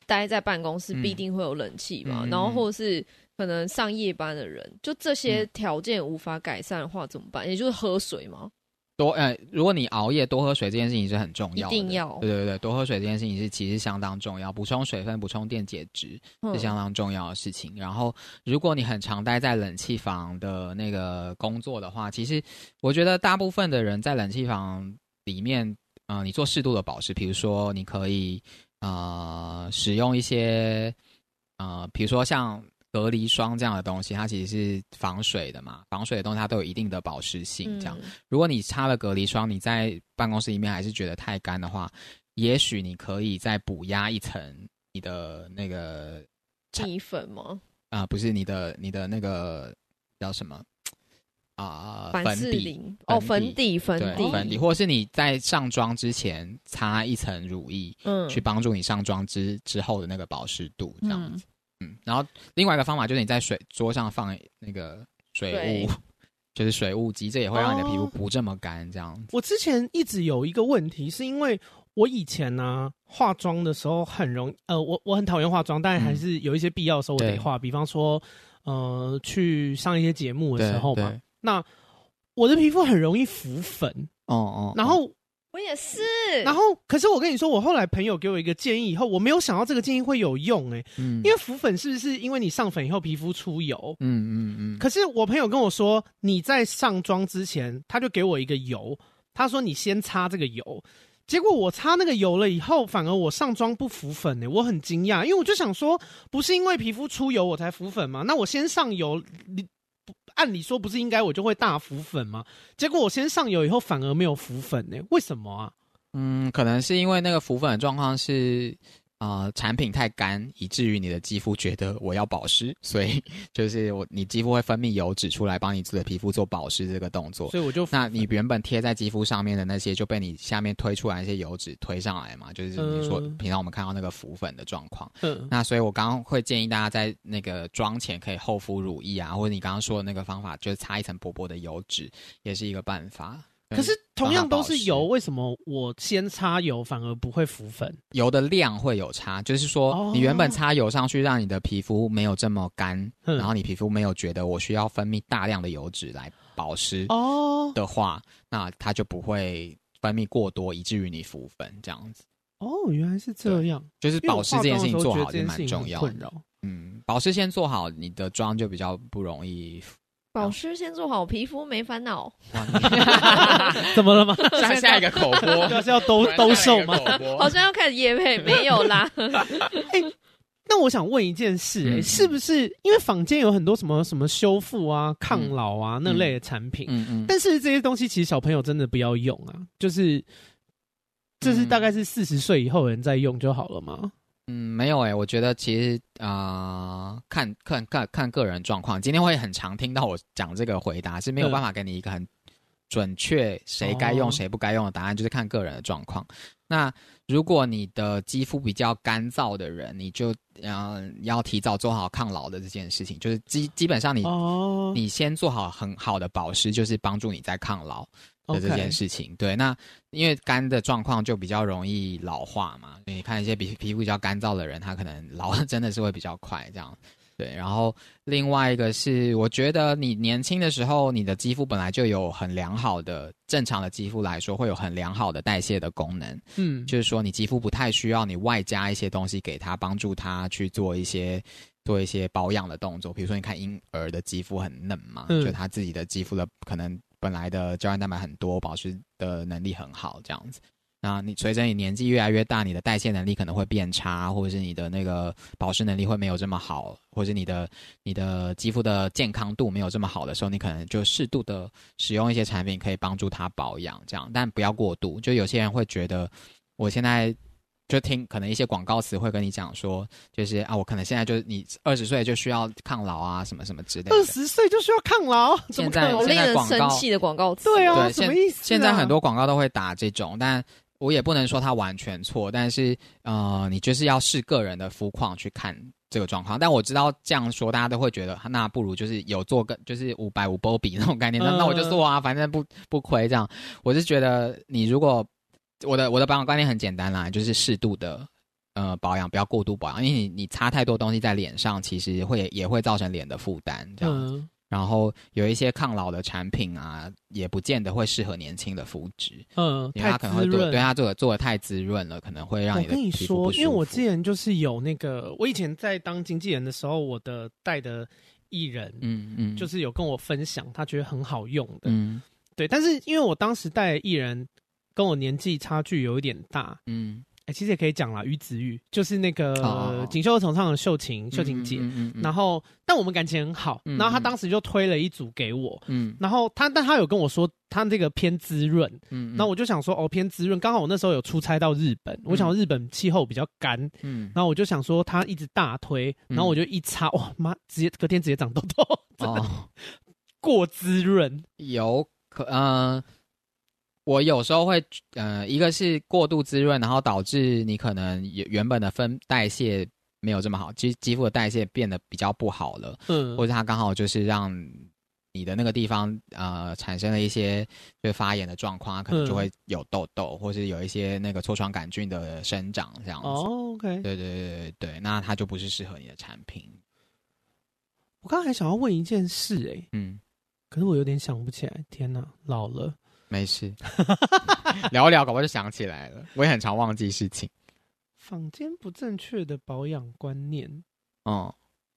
待在办公室嗯必定会有冷气嘛， 嗯然后或是可能上夜班的人，就这些条件无法改善的话怎么办？也就是喝水吗？ 多呃，如果你熬夜多喝水这件事情是很重要的， 一定要对对对，多喝水这件事情是其实相当重要，补充水分、补充电解质是相当重要的事情。嗯、然后，如果你很常待在冷气房的那个工作的话，其实我觉得大部分的人在冷气房里面，呃，你做适度的保湿，比如说你可以呃使用一些呃，比如说像隔离霜这样的东西，它其实是防水的嘛，防水的东西它都有一定的保湿性。这样，嗯、如果你擦了隔离霜，你在办公室里面还是觉得太干的话，也许你可以再补压一层你的那个米粉吗？ 啊、呃，不是你的你的那个叫什么啊？呃、粉底哦，粉底粉底粉底，或者是你在上妆之前擦一层乳液，嗯，去帮助你上妆之之后的那个保湿度，这样子。嗯嗯，然后另外一个方法就是你在水桌上放那个水雾，就是水雾机，这也会让你的皮肤不这么干。这样子、哦， 我之前一直有一个问题，是因为我以前呢、啊、化妆的时候很容易，呃，我我很讨厌化妆，但还是有一些必要的时候我得化，嗯、比方说呃去上一些节目的时候嘛，那我的皮肤很容易浮粉， 哦哦， 然后。 我也是， 然后可是我跟你说，我后来朋友给我一个建议以后，我没有想到这个建议会有用哎、欸，嗯，因为浮粉是不是因为你上粉以后皮肤出油，嗯嗯嗯，可是我朋友跟我说，你在上妆之前，他就给我一个油，他说你先擦这个油，结果我擦那个油了以后，反而我上妆不浮粉哎、欸，我很惊讶，因为我就想说，不是因为皮肤出油我才浮粉吗？那我先上油，你。按理说不是应该我就会大浮粉吗？结果我先上油以后反而没有浮粉呢、欸，为什么啊？ 嗯，可能是因为那个浮粉的状况是呃产品太干，以至于你的肌肤觉得我要保湿，所以就是我你肌肤会分泌油脂出来帮你的皮肤做保湿这个动作， 所以我就那你原本贴在肌肤上面的那些就被你下面推出来一些油脂推上来嘛，就是你说、嗯、平常我们看到那个浮粉的状况。嗯，那所以我刚刚会建议大家在那个妆前可以厚敷乳液啊，或者你刚刚说的那个方法，就是擦一层薄薄的油脂，也是一个办法。 可是同样都是油，为什么我先擦油反而不会浮粉？ 油的量会有差，就是说你原本擦油上去，让你的皮肤没有这么干，哦、然后你皮肤没有觉得我需要分泌大量的油脂来保湿的话，哦、那它就不会分泌过多，以至于你浮粉这样子。 哦，原来是这样， 就是保湿这件事情做好就蛮重要的。嗯，保湿先做好，你的妆就比较不容易。 保湿先做好，皮肤没烦恼。 怎么了吗？ 下下一个口播， 这是要兜兜售吗？ 好像要开始业配，没有啦。 欸，那我想问一件事、欸，哎、嗯，是不是因为坊间有很多什么什么修复啊、抗老啊、嗯、那类的产品，嗯嗯，但是这些东西其实小朋友真的不要用啊，就是这是大概是四十岁以后的人在用就好了吗？ 嗯，没有诶、欸，我觉得其实啊、呃，看看看看个人状况。今天会很常听到我讲这个回答，是没有办法给你一个很准确谁该用谁不该用的答案，就是看个人的状况。那如果你的肌肤比较干燥的人，你就呃要提早做好抗老的这件事情，就是基基本上你、oh. 你先做好很好的保湿，就是帮助你在抗老的这件事情。Okay. 对，那因为干的状况就比较容易老化嘛，所以你看一些皮皮肤比较干燥的人，他可能老真的是会比较快这样。对，然后另外一个是，我觉得你年轻的时候，你的肌肤本来就有很良好的，正常的肌肤来说会有很良好的代谢的功能。嗯，就是说你肌肤不太需要你外加一些东西给它，帮助它去做一些做一些保养的动作。比如说你看婴儿的肌肤很嫩嘛，嗯、就他自己的肌肤的可能本来的胶原蛋白很多，保湿的能力很好这样子。那你随着你年纪越来越大，你的代谢能力可能会变差，或者是你的那个保湿能力会没有这么好，或者你的你的肌肤的健康度没有这么好的时候，你可能就适度的使用一些产品可以帮助它保养，这样，但不要过度。就有些人会觉得，我现在就听可能一些广告词会跟你讲说，就是啊，我可能现在就你二十岁就需要抗老啊，什么什么之类的。 二十岁就需要抗老， 现在好令人生气的广告词。 对啊， 对， 什么意思啊？ 现在很多广告都会打这种，但我也不能说它完全错，但是呃，你就是要视个人的肤况去看这个状况。但我知道这样说，大家都会觉得那不如就是有做个就是五百五波比那种概念，那、嗯、那我就做啊，反正不不亏这样。我是觉得你如果我的我的保养观念很简单啦，就是适度的呃保养，不要过度保养，因为你你擦太多东西在脸上，其实会也会造成脸的负担这样子。嗯，然后有一些抗老的产品啊，也不见得会适合年轻的肤质。嗯，因为它可能会对对它做的做的太滋润了，可能会让你的皮肤不舒服。 因为我之前就是有那个，我以前在当经纪人的时候，我的带的艺人，嗯嗯，就是有跟我分享，他觉得很好用的。嗯，对，但是因为我当时带的艺人跟我年纪差距有一点大，嗯。欸、其实也可以讲啦，于子玉就是那个锦绣二重唱的秀琴，秀琴姐。嗯嗯嗯、然后，但我们感情很好，嗯嗯，然后他当时就推了一组给我。嗯，然后他，但他有跟我说他这个偏滋润。嗯，然后我就想说，哦，偏滋润，刚好我那时候有出差到日本，嗯、我想说日本气候比较干。嗯，然后我就想说他一直大推，然后我就一擦，哇妈，直接隔天直接长痘痘，真的、哦、过滋润。 有可嗯。呃我有时候会，呃，一个是过度滋润，然后导致你可能原本的分代谢没有这么好，肌肌肤的代谢变得比较不好了，嗯，或者它刚好就是让你的那个地方呃产生了一些就是发炎的状况，可能就会有痘痘，嗯、或是有一些那个痤疮杆菌的生长这样子。 哦 ，OK， 对对对对对，那它就不是适合你的产品。 我刚刚还想要问一件事、欸，哎，嗯，可是我有点想不起来，天哪，老了。 没事，聊一聊，搞不好就想起来了。我也很常忘记事情。 坊间不正确的保养观念， 嗯，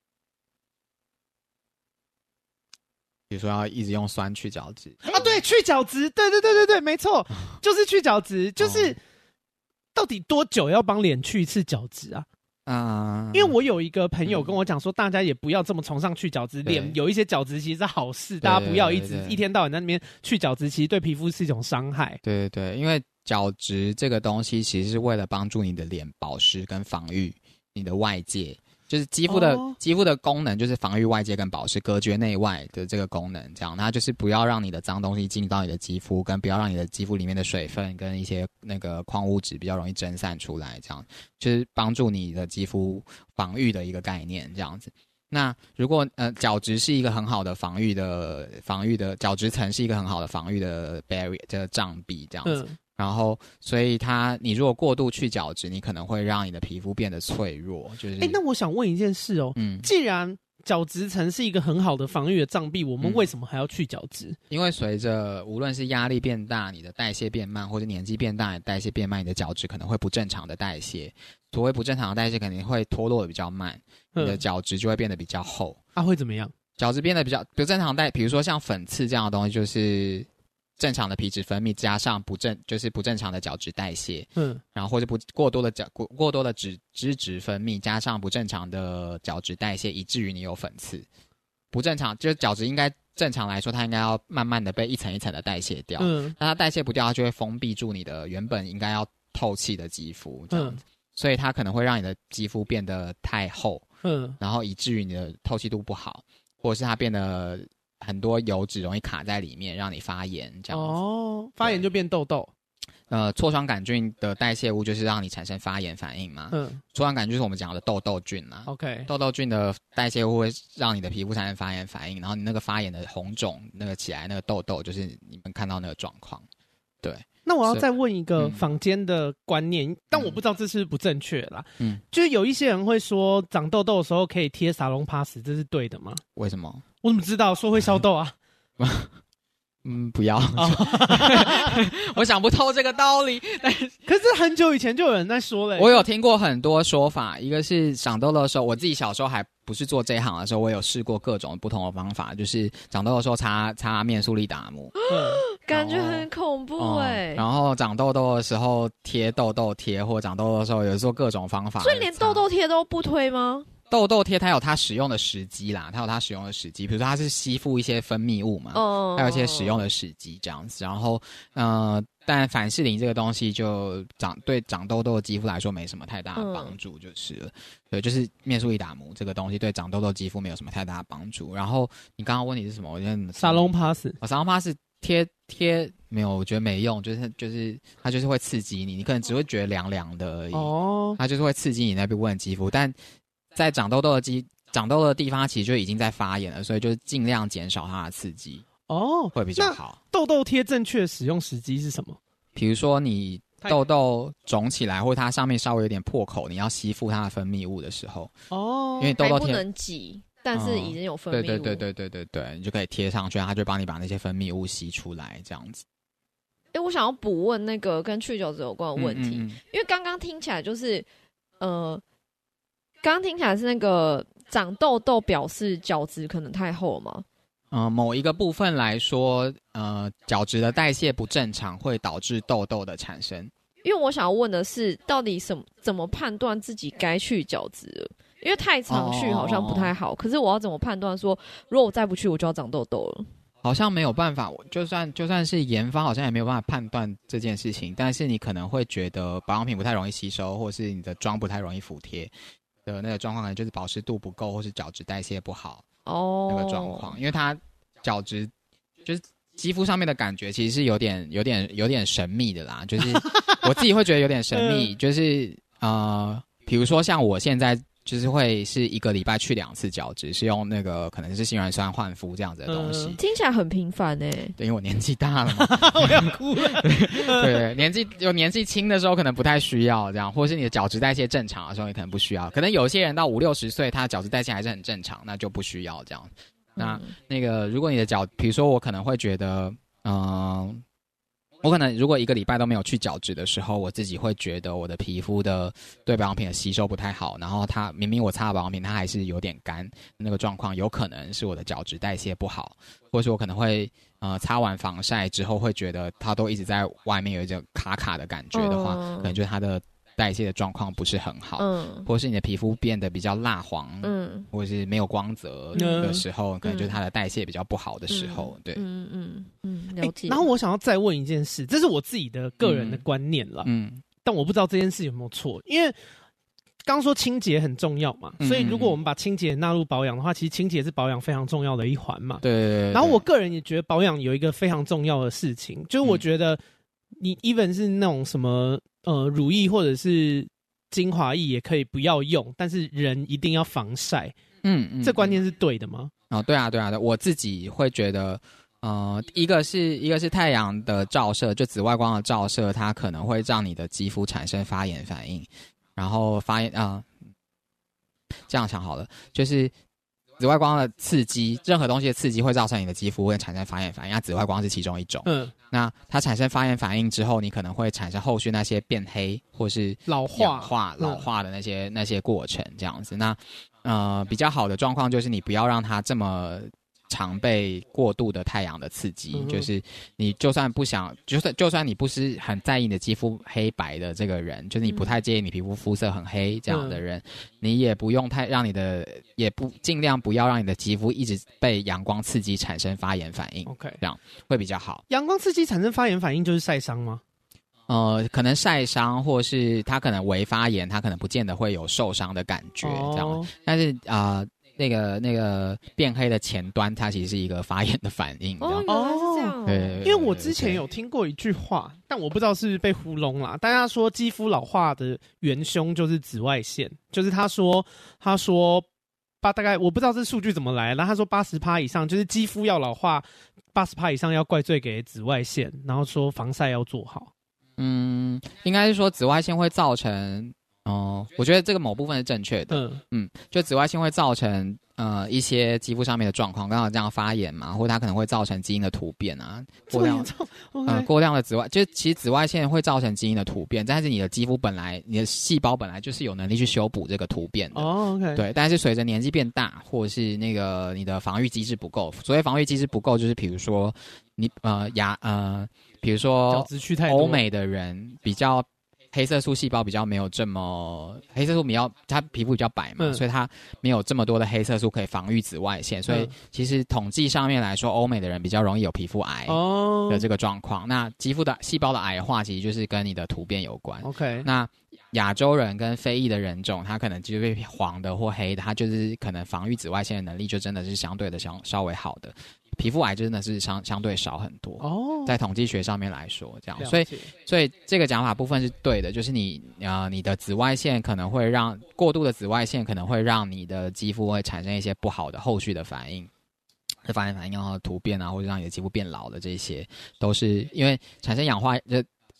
比如说要一直用酸去角质啊，对，去角质，对对对对对，没错，就是去角质，就是、哦、到底多久要帮脸去一次角质啊？啊、嗯，因为我有一个朋友跟我讲说，大家也不要这么崇尚去角质，脸有一些角质其实是好事，大家不要一直一天到晚在那边去角质，其实对皮肤是一种伤害。 对对对，因为角质这个东西其实是为了帮助你的脸保湿跟防御你的外界。就是肌肤的、哦、肌肤的功能就是防御外界跟保湿，隔绝内外的这个功能，这样它就是不要让你的脏东西进到你的肌肤，跟不要让你的肌肤里面的水分跟一些那个矿物质比较容易蒸散出来，这样就是帮助你的肌肤防御的一个概念，这样子。那如果呃角质是一个很好的防御的防御的角质层是一个很好的防御的 barrier 的障壁，这样子。嗯，然后，所以它，你如果过度去角质，你可能会让你的皮肤变得脆弱。就是， 哎，那我想问一件事哦，嗯，既然角质层是一个很好的防御的障壁，我们为什么还要去角质？嗯、 因为随着无论是压力变大，你的代谢变慢，或者年纪变大，你的代谢变慢，你的角质可能会不正常的代谢。所谓不正常的代谢，肯定会脱落的比较慢，你的角质就会变得比较厚。 它、啊、会怎么样？ 角质变得比较不正常代，比如说像粉刺这样的东西，就是正常的皮脂分泌加上不正就是不正常的角质代谢，嗯，然后或者不过多的角过过多的脂脂质分泌加上不正常的角质代谢，以至于你有粉刺。不正常就是角质应该正常来说，它应该要慢慢的被一层一层的代谢掉，嗯，那它代谢不掉，它就会封闭住你的原本应该要透气的肌肤，这样子。嗯，所以它可能会让你的肌肤变得太厚，嗯，然后以至于你的透气度不好，或者是它变得很多油脂容易卡在里面，让你发炎这样子。 哦，发炎就变痘痘。 呃，痤疮杆菌的代谢物就是让你产生发炎反应嘛。嗯，痤疮杆菌就是我们讲的痘痘菌啦。 OK， 痘痘菌的代谢物会让你的皮肤产生发炎反应，然后你那个发炎的红肿那个起来那个痘痘，就是你们看到那个状况。对。 那我要再问一个坊间的观念，嗯、但我不知道这是不正确啦。嗯，就是有一些人会说长痘痘的时候可以贴撒隆巴斯，这是对的吗？ 为什么？ 我怎么知道说会消痘啊？ 嗯，不要，哦、我想不透这个道理。 可是很久以前就有人在说了， 我有听过很多说法。一个是长痘痘的时候，我自己小时候还不是做这一行的时候，我有试过各种不同的方法，就是长痘的时候擦擦面速力达姆， 感觉很恐怖哎、欸嗯。 然后长痘痘的时候贴痘痘贴，或长痘痘的时候有做各种方法。 所以连痘痘贴都不推吗？ 痘痘贴它有它使用的时机啦，它有它使用的时机，比如说它是吸附一些分泌物嘛，哦，还有一些使用的时机这样子。然后，呃，但凡士林这个东西就长对长痘痘的肌肤来说没什么太大的帮助，就是了。嗯、对，就是面速力达姆这个东西对长痘痘肌肤没有什么太大的帮助。然后你刚刚问题是什么？我觉得沙龙 pass， 哦，沙龙 pass 贴贴没有，我觉得没用，就是就是它就是会刺激你，你可能只会觉得凉凉的而已。哦，它就是会刺激你那部分的肌肤，但在长痘痘的肌长痘痘的地方，其实就已经在发炎了，所以就是尽量减少它的刺激哦，会比较好。 痘痘贴正确使用时机是什么？ 比如说你痘痘肿起来，或者它上面稍微有点破口，你要吸附它的分泌物的时候， 哦， 因为痘痘贴还不能挤，但是已经有分泌物， 对对对对对对对，你就可以贴上去，它就帮你把那些分泌物吸出来，这样子。 哎、欸，我想要补问那个跟去角质有关的问题， 嗯嗯嗯因为刚刚听起来就是，呃，刚刚听起来是那个长痘痘表示角质可能太厚了吗？ 呃，某一个部分来说，呃，角质的代谢不正常会导致痘痘的产生。 因为我想要问的是，到底什么怎么判断自己该去角质了？因为太常去好像不太好，哦、可是我要怎么判断说，如果我再不去，我就要长痘痘了？ 好像没有办法，就算就算是研发，好像也没有办法判断这件事情。但是你可能会觉得保养品不太容易吸收，或是你的妆不太容易服帖的那个状况，可能就是保湿度不够，或是角质代谢不好哦那个状况。因为它角质就是肌肤上面的感觉，其实是有点有点有点神秘的啦。就是我自己会觉得有点神秘，就是呃，比如说像我现在。就是会是一个礼拜去两次角质，是用那个可能是杏仁酸焕肤这样子的东西， 嗯、听起来很频繁哎、欸。 对，因为我年纪大了嘛， 我要哭了。 对对，年纪有年纪轻的时候可能不太需要这样，或是你的角质代谢正常的时候，你可能不需要。可能有些人到五六十岁，他的角质代谢还是很正常，那就不需要这样。那、嗯、那个如果你的角，比如说我可能会觉得，嗯、呃。我可能如果一个礼拜都没有去角质的时候，我自己会觉得我的皮肤的对保养品的吸收不太好，然后它明明我擦的保养品它还是有点干，那个状况有可能是我的角质代谢不好，或是我可能会呃擦完防晒之后会觉得它都一直在外面有一种卡卡的感觉的话，嗯、可能就是它的代谢的状况不是很好，嗯，或是你的皮肤变得比较蜡黄，嗯，或是没有光泽的时候，嗯、可能就是它的代谢比较不好的时候，嗯、对， 嗯嗯嗯，了解、 欸。然后我想要再问一件事，这是我自己的个人的观念啦，嗯，但我不知道这件事有没有错，因为刚说清洁很重要嘛，所以如果我们把清洁纳入保养的话，其实清洁是保养非常重要的一环嘛， 对对对。 然后我个人也觉得保养有一个非常重要的事情，就是我觉得你 even 是那种什么呃乳液或者是精华液也可以不要用，但是人一定要防晒。嗯嗯，这观念是对的吗？ 哦，对啊，对啊，我自己会觉得，呃，一个是一个是太阳的照射，就紫外光的照射，它可能会让你的肌肤产生发炎反应，然后发炎啊、呃，这样想好了，就是紫外光的刺激，任何东西的刺激会造成你的肌肤会产生发炎反应，那紫外光是其中一种。嗯。那它产生发炎反应之后，你可能会产生后续那些变黑或是老化、 化、老化的那些、嗯、那些过程，这样子。那呃，比较好的状况就是你不要让它这么常被过度的太阳的刺激，嗯、就是你就算不想，就算就算你不是很在意你的肌肤黑白的这个人，就是你不太介意你皮肤肤色很黑这样的人，嗯、你也不用太让你的，也不尽量不要让你的肌肤一直被阳光刺激产生发炎反应。OK， 这样会比较好。 阳光刺激产生发炎反应就是晒伤吗？ 呃，可能晒伤，或是它可能微发炎，它可能不见得会有受伤的感觉，这样。哦、但是啊。呃那个那个变黑的前端，它其实是一个发炎的反应。 哦，原来是这样。 对，因为我之前有听过一句话，但我不知道是不是被糊弄啦。大家说肌肤老化的元凶就是紫外线，就是他说他说八大概我不知道这数据怎么来，然后他说八十趴以上就是肌肤要老化，八十趴以上要怪罪给紫外线，然后说防晒要做好。 嗯，应该是说紫外线会造成。哦，我觉得这个某部分是正确的。嗯嗯，就紫外线会造成呃一些肌肤上面的状况，刚好这样发炎嘛，或者它可能会造成基因的突变啊，过量嗯、呃、过量的紫外，就其实紫外线会造成基因的突变，但是你的肌肤本来你的细胞本来就是有能力去修补这个突变的。哦 ，OK， 对，但是随着年纪变大，或者是那个你的防御机制不够，所谓防御机制不够，就是比如说你呃牙呃，比如说欧美的人比较。黑色素细胞比较没有这么黑色素比较，它皮肤比较白嘛，嗯、所以它没有这么多的黑色素可以防御紫外线，所以其实统计上面来说，欧美的人比较容易有皮肤癌的这个状况。哦、那肌肤的细胞的癌化其实就是跟你的突变有关。OK， 那亚洲人跟非裔的人种，他可能就是黄的或黑的，他就是可能防御紫外线的能力就真的是相对的相稍微好的。皮肤癌真的是相相对少很多哦，在统计学上面来说，这样，所以所以这个讲法部分是对的，就是你呃你的紫外线可能会让过度的紫外线可能会让你的肌肤会产生一些不好的后续的反应，这发炎反应然后突变啊，或者让你的肌肤变老的这些，都是因为产生氧化呃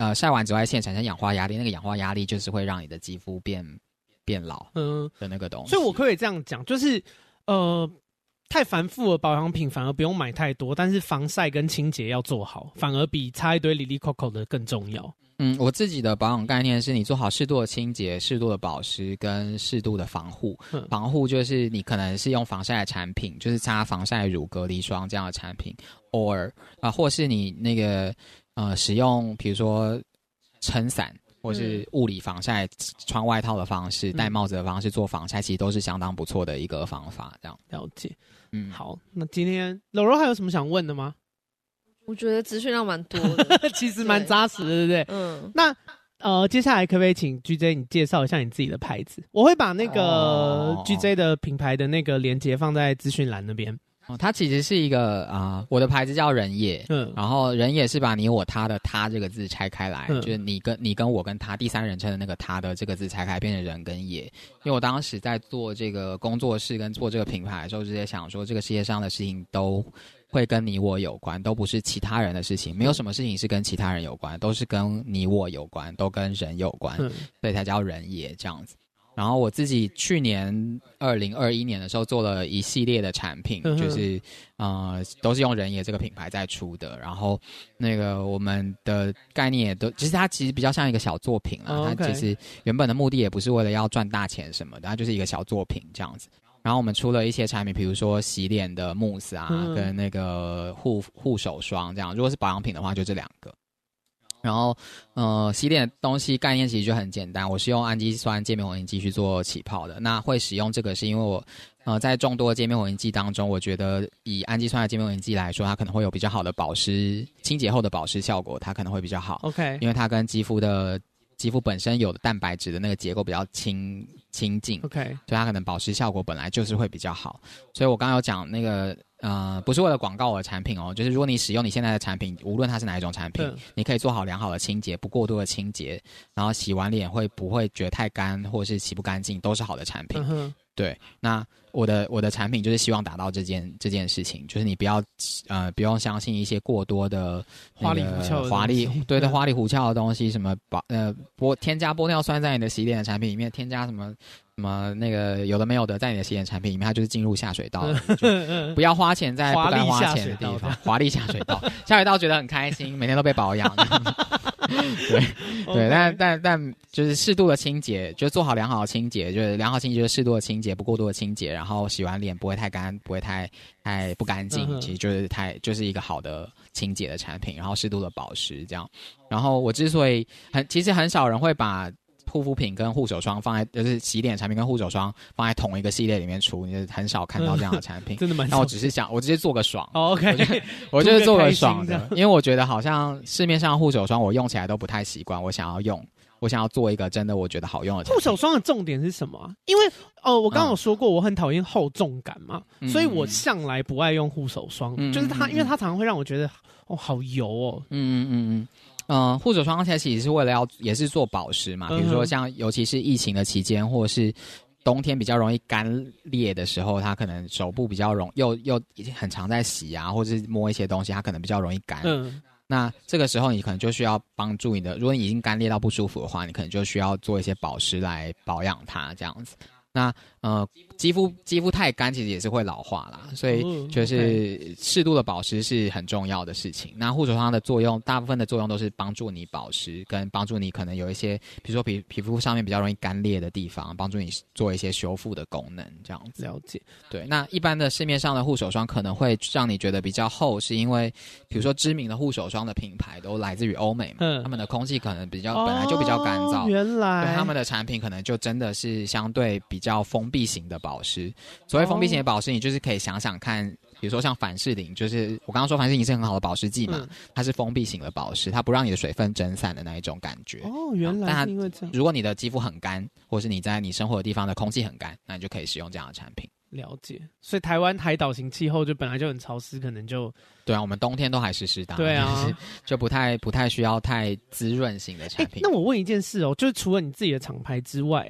呃晒完紫外线产生氧化压力，那个氧化压力就是会让你的肌肤变变老嗯的那个东西。 所以我可以这样讲，就是呃。太繁复的保养品反而不用买太多，但是防晒跟清洁要做好，反而比擦一堆里里扣扣的更重要。 嗯，我自己的保养概念是你做好适度的清洁、适度的保湿跟适度的防护。嗯、防护就是你可能是用防晒的产品，就是擦防晒乳、隔离霜这样的产品，偶尔啊，或是你那个呃使用，比如说撑伞。或是物理防晒，穿外套的方式、戴帽子的方式做防晒，其实都是相当不错的一个方法。这样了解，嗯，好，那今天柔柔还有什么想问的吗？ 我觉得资讯量蛮多的， 其实蛮扎实的，对不对？嗯，那呃，接下来可不可以请 G J 你介绍一下你自己的牌子？我会把那个 G J 的品牌的那个连结放在资讯栏那边。 哦，它其实是一个啊、呃，我的牌子叫人也，嗯，然后人也是把你我他的他这个字拆开来，嗯、就是你跟你跟我跟他第三人称的那个他的这个字拆开，变成人跟也。因为我当时在做这个工作室跟做这个品牌的时候，直接想说，这个世界上的事情都会跟你我有关，都不是其他人的事情，没有什么事情是跟其他人有关，都是跟你我有关，都跟人有关，嗯、所以才叫人也这样子。然后我自己去年二零二一年的时候做了一系列的产品，嗯、就是呃都是用人也这个品牌在出的。然后那个我们的概念也都，其实它其实比较像一个小作品啦。哦、它其实原本的目的也不是为了要赚大钱什么的，它就是一个小作品这样子。然后我们出了一些产品，比如说洗脸的慕斯啊，嗯、跟那个护护手霜这样。如果是保养品的话，就这两个。然后，呃，洗脸的东西概念其实就很简单，我是用氨基酸界面活性剂去做起泡的。那会使用这个是因为我，呃，在众多的界面活性剂当中，我觉得以氨基酸的界面活性剂来说，它可能会有比较好的保湿、清洁后的保湿效果，它可能会比较好。OK， 因为它跟肌肤的肌肤本身有的蛋白质的那个结构比较亲亲近 ，OK， 所以它可能保湿效果本来就是会比较好。所以我刚刚有讲那个。呃，不是为了广告我的产品哦，就是如果你使用你现在的产品，无论它是哪一种产品，嗯、你可以做好良好的清洁，不过多的清洁，然后洗完脸会不会觉得太干，或者是洗不干净，都是好的产品。嗯、对，那我的我的产品就是希望达到这件这件事情，就是你不要呃不用相信一些过多的、那個、花里胡俏、华丽对的花里胡俏的东西，什么保呃玻添加玻尿酸在你的洗脸的产品里面，添加什么。什么那个有的没有的，在你的洗脸产品里面，它就是进入下水道了，就不要花钱在不该花钱的地方，华丽下水道，下水道觉得很开心，每天都被保养。对对， okay. 但但但就是适度的清洁，就做好良好的清洁，就是良好清洁就是适度的清洁，不过多的清洁，然后洗完脸不会太干，不会太太不干净，其实就是太就是一个好的清洁的产品，然后适度的保湿这样。然后我之所以很，其实很少人会把。护肤品跟护手霜放在，就是洗脸产品跟护手霜放在同一个系列里面出，你很少看到这样的产品。真的蛮少。那我只是想，我直接做个爽。哦、OK， 我, 我就是做个爽的，因为我觉得好像市面上护手霜我用起来都不太习惯，我想要用，我想要做一个真的我觉得好用的产品。护手霜的重点是什么、啊？因为哦、呃，我刚刚有说过我很讨厌厚重感嘛，嗯、所以我向来不爱用护手霜，嗯、就是它，因为它常常会让我觉得哦好油哦。嗯嗯嗯嗯。嗯，护手霜其实是为了要也是做保湿嘛，比如说像尤其是疫情的期间，或者是冬天比较容易干裂的时候，它可能手部比较容又又很常在洗啊，或者是摸一些东西，它可能比较容易干。嗯，那这个时候你可能就需要帮助你的，如果你已经干裂到不舒服的话，你可能就需要做一些保湿来保养它这样子。那呃，肌肤肌肤太干，其实也是会老化啦，所以就是适度的保湿是很重要的事情。那护手霜的作用，大部分的作用都是帮助你保湿，跟帮助你可能有一些，比如说皮皮肤上面比较容易干裂的地方，帮助你做一些修复的功能，这样子。了解。对，那一般的市面上的护手霜可能会让你觉得比较厚，是因为比如说知名的护手霜的品牌都来自于欧美嘛，嗯、他们的空气可能比较、哦、本来就比较干燥，原来对他们的产品可能就真的是相对比较封闭型的保湿。所谓封闭型的保湿，你就是可以想想看，比如说像凡士林，就是我刚刚说凡士林是很好的保湿剂嘛，嗯、它是封闭型的保湿，它不让你的水分蒸散的那一种感觉。哦，原来是因为这样。如果你的肌肤很干，或是你在你生活的地方的空气很干，那你就可以使用这样的产品。了解。所以台湾海岛型气候就本来就很潮湿，可能就对啊，我们冬天都还湿湿的，对啊，就不太不太需要太滋润型的产品。那我问一件事哦，就是除了你自己的厂牌之外啊。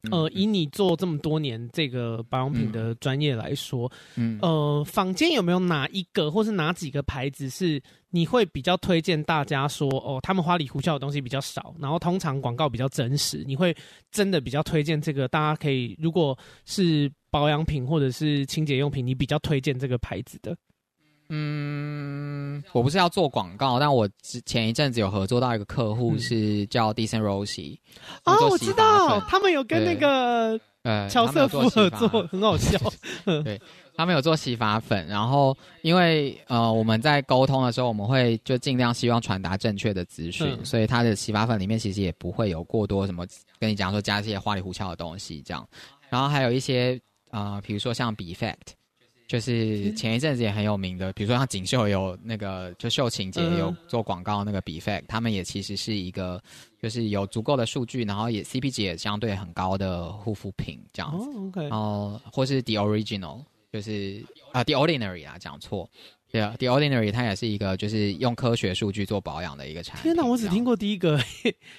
呃，以你做这么多年这个保养品的专业来说，嗯，呃，坊间有没有哪一个或是哪几个牌子是你会比较推荐大家说，哦，他们花里胡哨的东西比较少，然后通常广告比较真实，你会真的比较推荐这个？大家可以，如果是保养品或者是清洁用品，你比较推荐这个牌子的？ 嗯，我不是要做广告，但我前一阵子有合作到一个客户是叫 Decent Rossi、 嗯、哦，我知道，他们有跟那个乔瑟夫合作，很好笑。 对，他们有做洗发粉，然后因为呃我们在沟通的时候，我们会就尽量希望传达正确的资讯、嗯，所以它的洗发粉里面其实也不会有过多什么跟你讲说加一些花里胡哨的东西这样，然后还有一些呃比如说像 Beffect。就是前一阵子也很有名的，比如说像锦绣有那个，就秀琴姐有做广告那个 Beffect， 他们也其实是一个，就是有足够的数据，然后也 C P 值也相对很高的护肤品这样子。 哦 ，OK， 然后或是 The Original， 就是啊、呃、The Ordinary 啊，讲错。对啊 ，The Ordinary 它也是一个就是用科学数据做保养的一个产品。 天哪，我只听过第一个。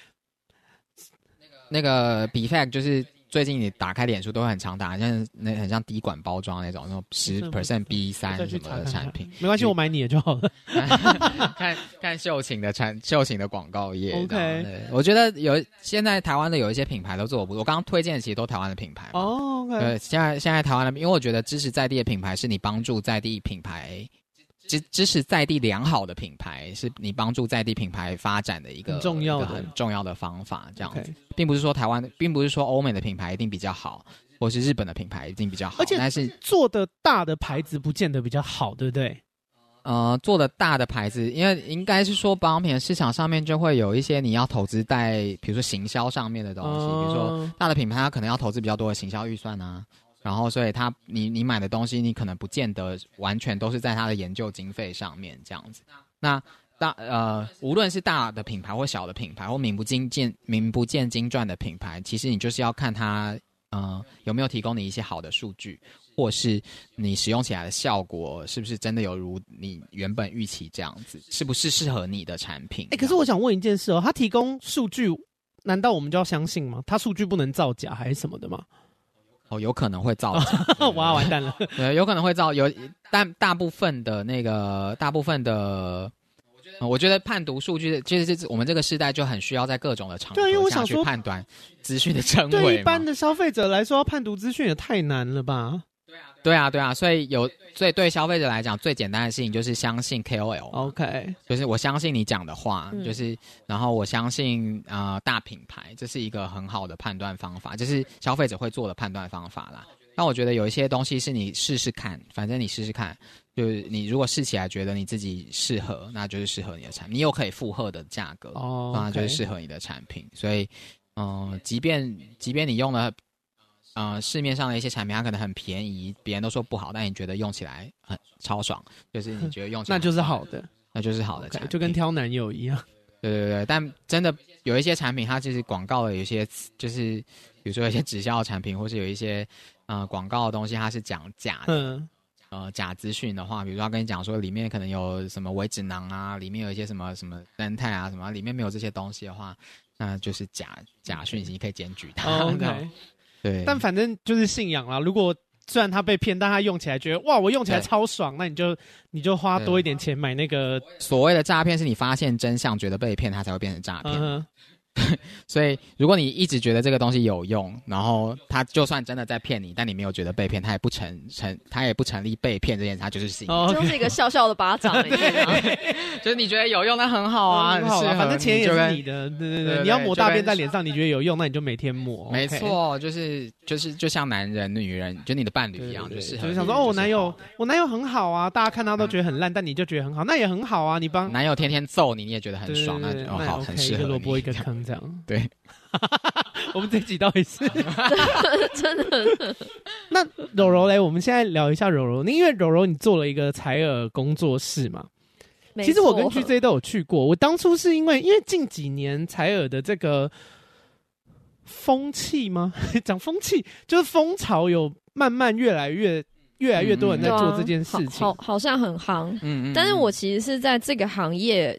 那个 Beffect 就是。最近你打开脸书都会很常打，像那很像滴管包装那种，那种十 percent B 三什么的产品。 没关系，我买你的就好了。 看看秀琴的产秀琴的广告业。 OK， 我觉得有现在台湾的有一些品牌都做得不错。我刚刚推荐的其实都台湾的品牌。 哦、oh, ，OK。 对，现在现在台湾的，因为我觉得支持在地的品牌是你帮助在地品牌。支支持在地良好的品牌，是你帮助在地品牌发展的一个很重要的、 很重要的方法。这样子， okay. 并不是说台湾，并不是说欧美的品牌一定比较好，或是日本的品牌一定比较好。 而且， 但是做的大的牌子不见得比较好，对不对？ 呃，做的大的牌子，因为应该是说保养品的市场上面就会有一些你要投资在，比如说行销上面的东西，呃、比如说大的品牌，它可能要投资比较多的行销预算啊。然后，所以他你你买的东西，你可能不见得完全都是在他的研究经费上面这样子。那大呃，无论是大的品牌或小的品牌，或名不经见名不见经传的品牌，其实你就是要看它呃有没有提供你一些好的数据，或是你使用起来的效果是不是真的有如你原本预期这样子，是不是适合你的产品？ 哎、欸，可是我想问一件事哦，他提供数据，难道我们就要相信吗？他数据不能造假还是什么的吗？ 哦，有可能会造假， 哇，完蛋了。 对，有可能会造有，但大部分的那个，大部分的，呃、我觉得判读数据，其实我们这个时代就很需要在各种的场合下去判断资讯的真伪。 对一般的消费者来说，要判读资讯也太难了吧？ 对啊，对啊，所以有，所以对消费者来讲，最简单的事情就是相信 K O L。OK， 就是我相信你讲的话，嗯、就是，然后我相信呃大品牌，这是一个很好的判断方法，这是消费者会做的判断方法啦。但我觉得有一些东西是你试试看，反正你试试看，就是你如果试起来觉得你自己适合，那就是适合你的产品，你有可以负荷的价格，哦，那就是适合你的产品。所以，嗯、呃，即便即便你用了。呃，市面上的一些产品它可能很便宜，别人都说不好，但你觉得用起来很超爽，就是你觉得用起来那就是好的， 那就是好的产品， okay, 就跟挑男友一样。 对对对，但真的有一些产品，它其实广告的有一些，就是比如说有一些直销的产品，或是有一些呃广告的东西，它是讲假的，嗯、呃假资讯的话，比如说他跟你讲说里面可能有什么微脂囊啊，里面有一些什么什么生态啊什么，里面没有这些东西的话，那就是假假讯息，你可以检举它。 Oh, OK。 对， 但反正就是信仰啦。如果虽然他被骗，但他用起来觉得哇，我用起来超爽，那你就你就花多一点钱买那个。 所谓的诈骗是你发现真相，觉得被骗，它才会变成诈骗。嗯所以，如果你一直觉得这个东西有用，然后他就算真的在骗你，但你没有觉得被骗，他也不成成，他也不成立被骗这件事，他就是信仰。 Oh, okay. 就是一个笑笑的巴掌，你知道吗？ 就是你觉得有用，那很好啊， 很好啊，反正钱也是你的，对对 对, 對，你要抹大便在脸上，你觉得有用，那你就每天抹。 没错， okay. 就是就是就像男人、女人，就你的伴侣一样， 对对对， 就适合。 就是想说，哦，我男友，我男友很好啊，大家看他都觉得很烂，嗯，但你就觉得很好，那也很好啊，你帮男友天天揍你，你也觉得很爽， 对对对， 那就好， OK, 很适合你。 一个萝卜一个坑这样， 对。 我们这集到底是真的？ 那柔柔嘞，我们现在聊一下柔柔。因为柔柔你做了一个采耳工作室嘛，其实我跟 G J 都有去过。我当初是因为因为近几年采耳的这个风气吗？讲风气就是风潮有慢慢越来越越来越多人在做这件事情， 嗯啊、好, 好像很夯。嗯嗯。但是我其实是在这个行业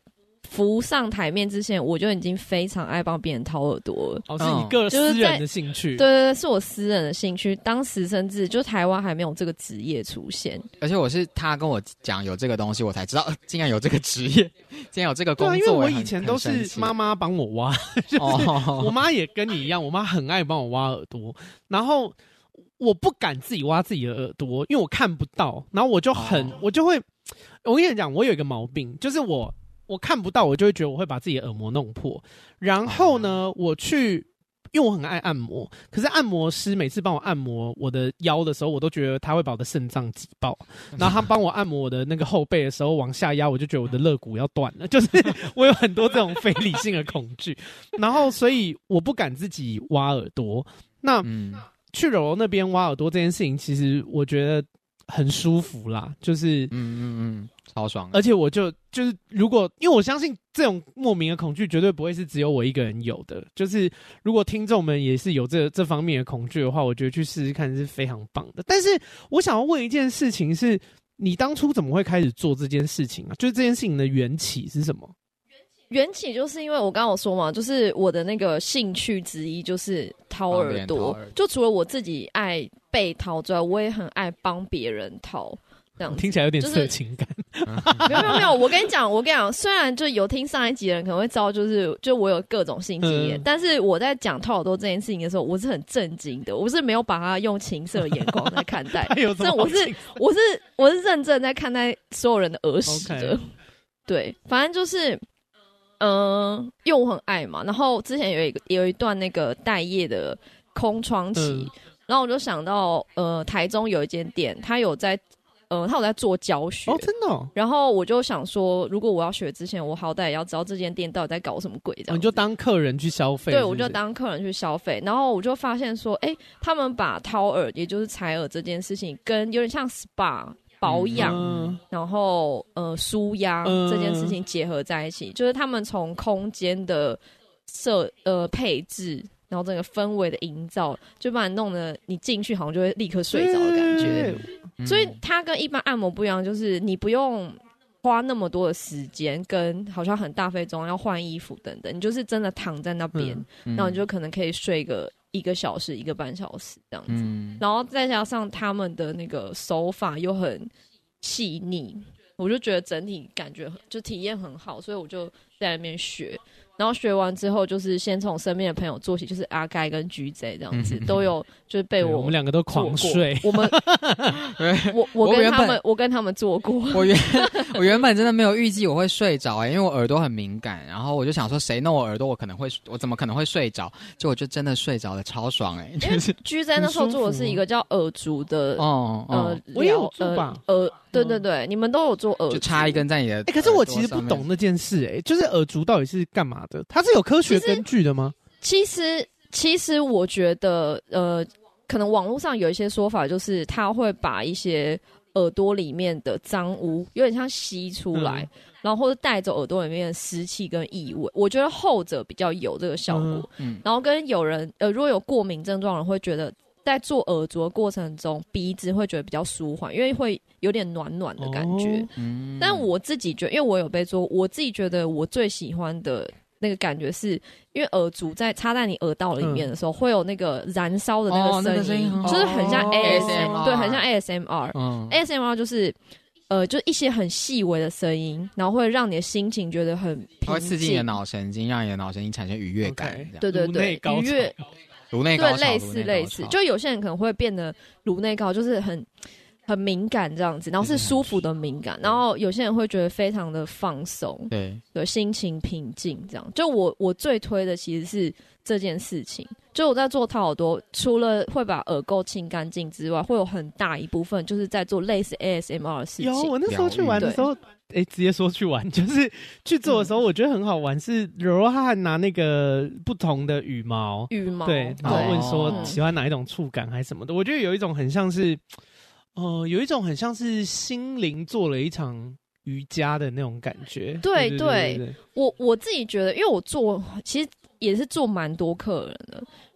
浮上台面之前，我就已经非常爱帮别人掏耳朵了。 哦，是你个私人的兴趣。 对对对，是我私人的兴趣。当时甚至就台湾还没有这个职业出现， 而且我是他跟我讲有这个东西，我才知道、呃、竟然有这个职业，竟然有这个工作。 对、啊，因为我以前都是妈妈帮我挖，就是我妈也跟你一样，我妈很爱帮我挖耳朵，然后我不敢自己挖自己的耳朵，因为我看不到，然后我就很、哦、我就会，我跟你讲，我有一个毛病，就是我我看不到，我就会觉得我会把自己的耳膜弄破，然后呢，我去。因为我很爱按摩，可是按摩师每次帮我按摩我的腰的时候，我都觉得他会把我的肾脏挤爆。然后他帮我按摩我的那个后背的时候，往下压，我就觉得我的肋骨要断了。就是我有很多这种非理性的恐惧，然后所以我不敢自己挖耳朵。那、嗯、去柔柔那边挖耳朵这件事情，其实我觉得很舒服啦，就是嗯嗯嗯。超爽的， 而且我就就是如果因为我相信这种莫名的恐惧绝对不会是只有我一个人有的，就是如果听众们也是有这这方面的恐惧的话，我觉得去试试看是非常棒的。但是我想要问一件事情是，你当初怎么会开始做这件事情啊？就是这件事情的缘起是什么？ 缘起就是因为我刚刚有说嘛，就是我的那个兴趣之一就是掏耳朵，就除了我自己爱被掏之外，我也很爱帮别人掏。 听起来有点色情感、 就是、没有没有没有，我跟你讲我跟你讲虽然就有听上一集的人可能会知道就是就我有各种性经验、嗯、但是我在讲掏耳朵这件事情的时候我是很震惊的，我是没有把它用情色的眼光在看待这我是我是我是认真在看待所有人的耳屎的、okay. 对，反正就是嗯、呃，因为我很爱嘛，然后之前有一个有一段那个待业的空窗期、嗯、然后我就想到呃台中有一间店他有在呃，他有在做教学哦，真的、哦。 然后我就想说，如果我要学之前，我好歹也要知道这间店到底在搞什么鬼这样、哦。 你就当客人去消费。 对，我就当客人去消费。然后我就发现说，哎，他们把掏耳，也就是采耳这件事情，跟有点像 S P A 保养，嗯、然后呃舒压、嗯、这件事情结合在一起，就是他们从空间的设呃配置。然后整个氛围的营造，就把你弄得你进去好像就会立刻睡着的感觉。所以它跟一般按摩不一样，就是你不用花那么多的时间，跟好像很大费周章要换衣服等等，你就是真的躺在那边、嗯，然后你就可能可以睡个一个小时、一个半小时这样子。嗯、然后再加上他们的那个手法又很细腻，我就觉得整体感觉就体验很好，所以我就在那边学。然后学完之后，就是先从身边的朋友做起，就是阿该跟 G J 这样子、嗯、都有，就是被我我们两个都狂睡。 我们我我跟他们我跟他们做过。 我原我原本真的没有预计我会睡着哎、欸，因为我耳朵很敏感，然后我就想说谁弄我耳朵，我可能会我怎么可能会睡着？结果就真的睡着了，超爽哎、欸！ 因为 G J 那时候做的是一个叫耳烛的， 哦呃， 我也有做吧， 呃。呃对对对、嗯，你们都有做耳烛， 就插一根在你的。 哎、欸，可是我其实不懂那件事、欸，哎，就是耳烛到底是干嘛的？它是有科学根据的吗？ 其实，其实我觉得，呃，可能网络上有一些说法，就是它会把一些耳朵里面的脏污，有点像吸出来，嗯、然后或者带走耳朵里面的湿气跟异味。我觉得后者比较有这个效果。嗯，然后跟有人，呃，如果有过敏症状的人会觉得。在做耳烛的过程中，鼻子会觉得比较舒缓，因为会有点暖暖的感觉。哦嗯、但我自己觉得，因为我有被做，我自己觉得我最喜欢的那个感觉是，因为耳烛在插在你耳道里面的时候，嗯、会有那个燃烧的那个声音，哦那个声音哦、就是很像 A S M R，、哦、对，很像 A S M R。嗯、A S M R 就是呃，就一些很细微的声音，然后会让你的心情觉得很平静， 会刺激你的脑神经，让你的脑神经产生愉悦感。 Okay, 对对对，愉悦。 颅内高潮， 对，类似类似，就有些人可能会变得颅内高，就是很很敏感这样子，然后是舒服的敏感，然后有些人会觉得非常的放松， 对， 对，心情平静这样。就我我最推的其实是这件事情，就我在做掏耳朵，除了会把耳垢清干净之外，会有很大一部分就是在做类似 A S M R 的事情。 有，我那时候去玩的时候。哎，直接说去玩，就是去做的时候，我觉得很好玩。是柔柔她还拿那个不同的羽毛， 羽毛对，然后问说喜欢哪一种触感还是什么的。我觉得有一种很像是，呃，有一种很像是心灵做了一场瑜伽的那种感觉。 对对, 对, 对, 对, 对， 我我自己觉得，因为我做其实也是做蛮多客人的。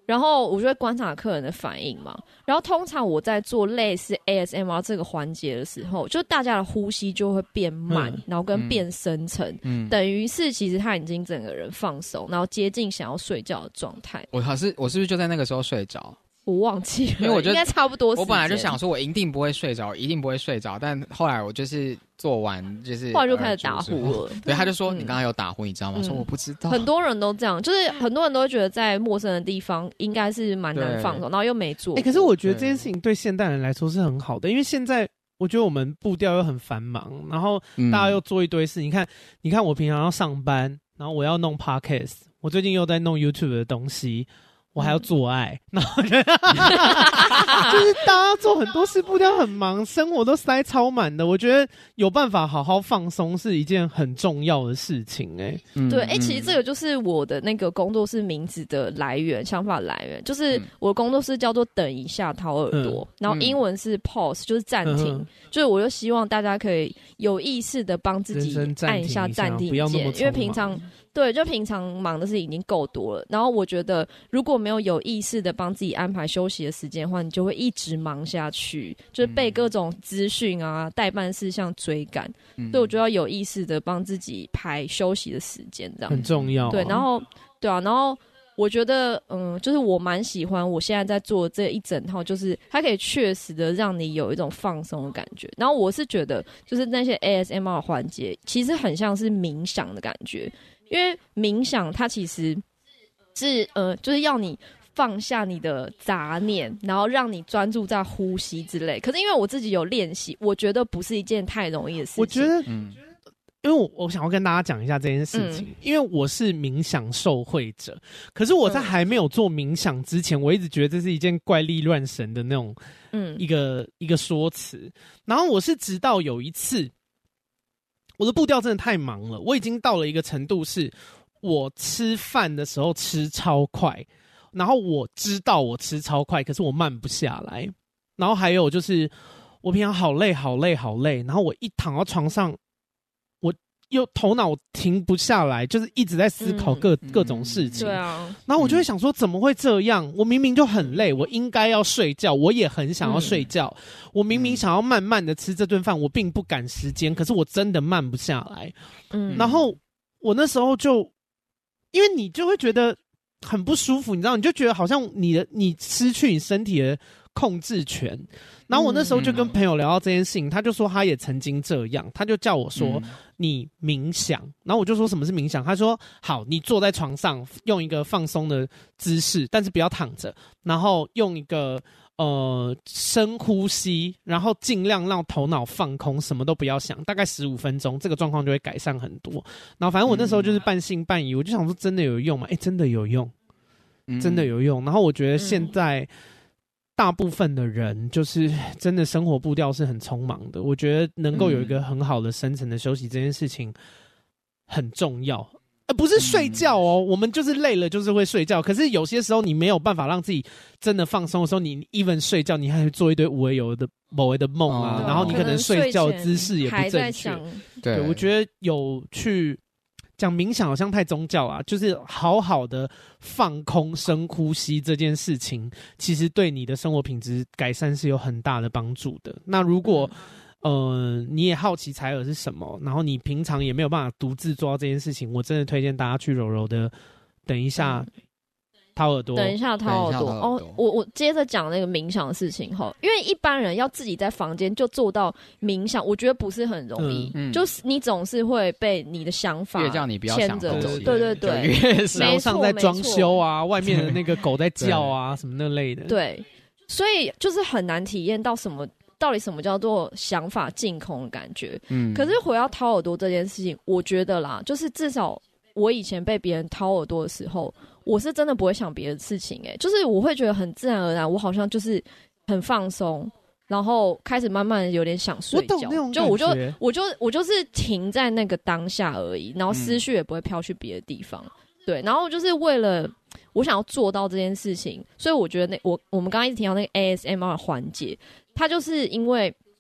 然后我就会观察客人的反应嘛，然后通常我在做类似 A S M R 这个环节的时候，就大家的呼吸就会变慢，嗯、然后跟变深沉，嗯、等于是其实他已经整个人放松，然后接近想要睡觉的状态。 我还是我是不是就在那个时候睡着？ 我忘记了， 因为我觉得应该差不多时间。 我本来就想说，我一定不会睡着，一定不会睡着，但后来我就是做完，就是后来就开始打呼了。 对，他就说、嗯、你刚刚有打呼，你知道吗？ 嗯、 说我不知道。 很多人都这样，就是很多人都会觉得在陌生的地方应该是蛮难放松，然后又没做。 哎、欸，可是我觉得这件事情对现代人来说是很好的，因为现在我觉得我们步调又很繁忙，然后大家又做一堆事。嗯、你看，你看我平常要上班，然后我要弄 podcast， 我最近又在弄 YouTube 的东西。我还要做爱，然后就是大家做很多事，步调很忙，生活都塞超满的。我觉得有办法好好放松是一件很重要的事情、欸。哎、 嗯，对，哎、欸，其实这个就是我的那个工作室名字的来源，想法来源，就是我的工作室叫做“等一下掏耳朵”，嗯、然后英文是 pause， 就是暂停，嗯、就是我就希望大家可以有意识的帮自己按一下暂停键，因为平常。对，就平常忙的事已经够多了，然后我觉得如果没有有意识的帮自己安排休息的时间的话，你就会一直忙下去，就是被各种资讯啊、待办事项追赶，嗯、所以我就要有意识的帮自己排休息的时间，这样很重要、啊。 对，然后对啊，然后我觉得嗯，就是我蛮喜欢我现在在做这一整套，就是它可以确实的让你有一种放松的感觉。然后我是觉得，就是那些 A S M R 环节其实很像是冥想的感觉。因为冥想它其实是呃，就是要你放下你的杂念，然后让你专注在呼吸之类。可是因为我自己有练习，我觉得不是一件太容易的事情。 我觉得，嗯，因为我我想要跟大家讲一下这件事情，嗯、因为我是冥想受惠者，可是我在还没有做冥想之前，我一直觉得这是一件怪力乱神的那种，嗯，一个一个说辞。然后我是直到有一次。我的步调真的太忙了，我已经到了一个程度，是我吃饭的时候吃超快，然后我知道我吃超快，可是我慢不下来。然后还有就是我平常好累好累好累，然后我一躺到床上，我又头脑停不下来，就是一直在思考各、嗯、各种事情。 对啊， 然后我就会想说，怎么会这样？我明明就很累，我应该要睡觉，我也很想要睡觉。嗯、我明明想要慢慢的吃这顿饭，我并不赶时间，可是我真的慢不下来。嗯，然后我那时候就，因为你就会觉得很不舒服，你知道，你就觉得好像你的你失去你身体的控制权。然后我那时候就跟朋友聊到这件事情，他就说他也曾经这样，他就叫我说、嗯、你冥想，然后我就说什么是冥想，他说好，你坐在床上用一个放松的姿势，但是不要躺着，然后用一个呃深呼吸，然后尽量让头脑放空，什么都不要想，大概十五分钟，这个状况就会改善很多。然后反正我那时候就是半信半疑，我就想说真的有用吗？哎，真的有用，真的有用。然后我觉得现在、嗯大部分的人就是真的生活步调是很匆忙的，我觉得能够有一个很好的深层的休息这件事情很重要，而不是睡觉哦、嗯、我们就是累了就是会睡觉，可是有些时候你没有办法让自己真的放松的时候，你 even 睡觉你还会做一堆无谓有的某谓的梦啊、哦、然后你可能睡觉的姿势也不正确。对，我觉得有去讲冥想好像太宗教啊，就是好好的放空深呼吸这件事情，其实对你的生活品质改善是有很大的帮助的。那如果呃你也好奇采耳是什么，然后你平常也没有办法独自做到这件事情，我真的推荐大家去柔柔的等一下掏耳朵， 等一下掏耳朵哦。我我接着讲那个冥想的事情哈，因为一般人要自己在房间就做到冥想，我觉得不是很容易，嗯、就是你总是会被你的想法越叫你不要想着走， 对对对， 越楼上在装修啊，外面的那个狗在叫啊，什么那类的， 对，所以就是很难体验到什么。到底什么叫做想法净空的感觉？嗯，可是回到掏耳朵这件事情，我觉得啦，就是至少我以前被别人掏耳朵的时候，我是真的不会想别的事情、欸，哎，就是我会觉得很自然而然，我好像就是很放松，然后开始慢慢有点想睡觉， 我懂那种感觉， 就我就我就我就是停在那个当下而已，然后思绪也不会飘去别的地方。嗯、对，然后就是为了我想要做到这件事情，所以我觉得那我我们刚刚一直提到那个 A S M R 环节。它就是因为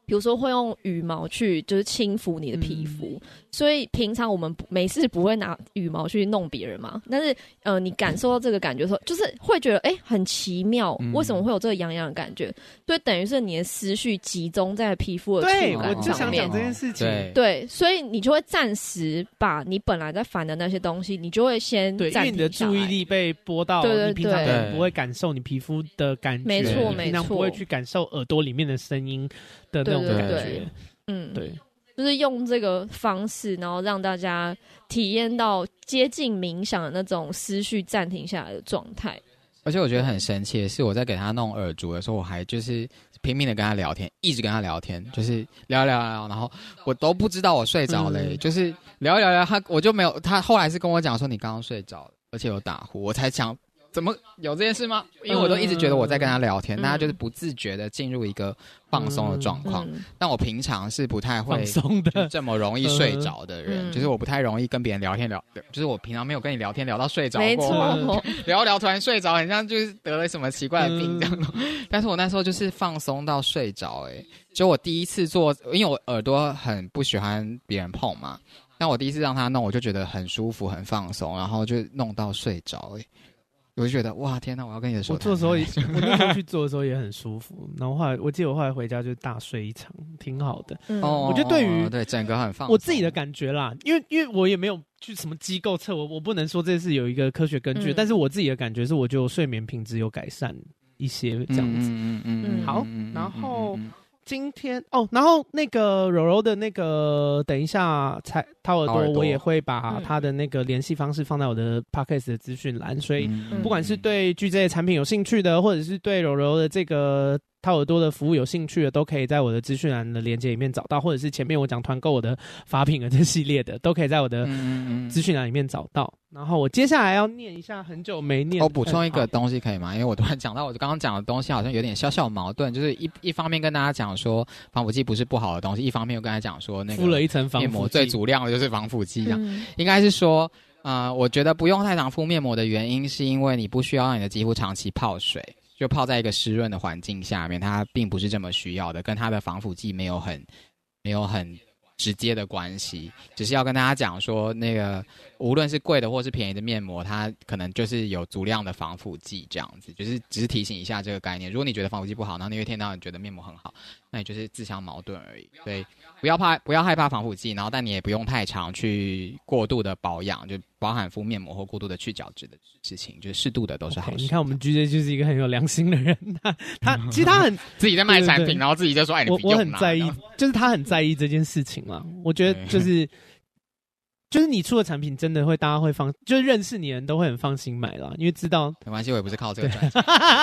比如说会用羽毛去就是轻抚你的皮肤，嗯、所以平常我们没事不会拿羽毛去弄别人嘛。但是呃，你感受到这个感觉的时候，就是会觉得哎、欸、很奇妙，嗯、为什么会有这个痒痒的感觉？所以等于是你的思绪集中在皮肤的触感上面。 对，我就想讲这件事情。 对， 对，所以你就会暂时把你本来在烦的那些东西，你就会先对，因为你的注意力被拨到， 对对对， 你平常可能不会感受你皮肤的感觉， 没错没错， 你平常不会去感受耳朵里面的声音的那种感觉。 对对对，嗯， 对， 就是用这个方式，然后让大家体验到接近冥想的那种思绪暂停下来的状态。 而且我觉得很神奇的是，我在给他弄耳烛的时候，我还就是拼命的跟他聊天，一直跟他聊天，就是聊聊聊，然后我都不知道我睡着了、欸嗯，就是聊一聊聊，他我就没有，他后来是跟我讲说你刚刚睡着了，而且有打呼，我才想。怎么有这件事吗？因为我都一直觉得我在跟他聊天，嗯、那他就是不自觉的进入一个放松的状况。嗯、但我平常是不太会放松的， 这么容易睡着的人，嗯、就是我不太容易跟别人聊天聊，就是我平常没有跟你聊天聊到睡着过， 没错， 聊一聊突然睡着，很像就是得了什么奇怪的病这样。嗯、但是我那时候就是放松到睡着，哎，就我第一次做，因为我耳朵很不喜欢别人碰嘛，但我第一次让他弄，我就觉得很舒服、很放松，然后就弄到睡着，哎。我就觉得哇天哪！我要跟你的手。 我做的时候也，我那时候去做的时候也很舒服。然后后来，我记得我后来回家就大睡一场，挺好的。嗯，我觉得对于、 哦、对整个很放松， 我自己的感觉啦，因为因为我也没有去什么机构测，我我不能说这是有一个科学根据、嗯，但是我自己的感觉是，我觉得我睡眠品质有改善一些这样子。 嗯嗯嗯。 好，然后。嗯今天哦，然后那个柔柔的那个，等一下才掏耳朵，我也会把他的那个联系方式放在我的 podcast 的资讯栏，所以不管是对 G J 的产品有兴趣的，或者是对柔柔的这个掏耳朵的服务有兴趣的，都可以在我的资讯栏的链接里面找到，或者是前面我讲团购我的法品的这系列的，都可以在我的资讯栏里面找到。然后我接下来要念一下很久没念， 我补充一个东西可以吗？因为我突然讲到我刚刚讲的东西好像有点小小矛盾，就是一一方面跟大家讲说防腐剂不是不好的东西，一方面又跟他讲说那个敷了一层防腐剂， 面膜最主亮的就是防腐剂，这样、嗯、应该是说。呃，我觉得不用太常敷面膜的原因，是因为你不需要让你的肌肤长期泡水，就泡在一个湿润的环境下面，它并不是这么需要的，跟它的防腐剂没有很没有很直接的关系。只是要跟大家讲说，那个无论是贵的或是便宜的面膜，它可能就是有足量的防腐剂，这样子，就是只是提醒一下这个概念。如果你觉得防腐剂不好，然后你一天到晚觉得面膜很好，那你就是自相矛盾而已。所以不要怕，不要害怕防腐剂，然后但你也不用太常去过度的保养，就包含敷面膜或过度的去角质的事情，就是适度的都是好事。Okay, 你看我们 G J 就是一个很有良心的人，他他其实他很自己在卖产品，对对对，然后自己就说哎，你不用我我很在意，就是他很在意这件事情嘛。我觉得就是就是你出的产品真的会大家会放，就是认识你的人都会很放心买啦，因为知道没关系，我也不是靠这个赚钱。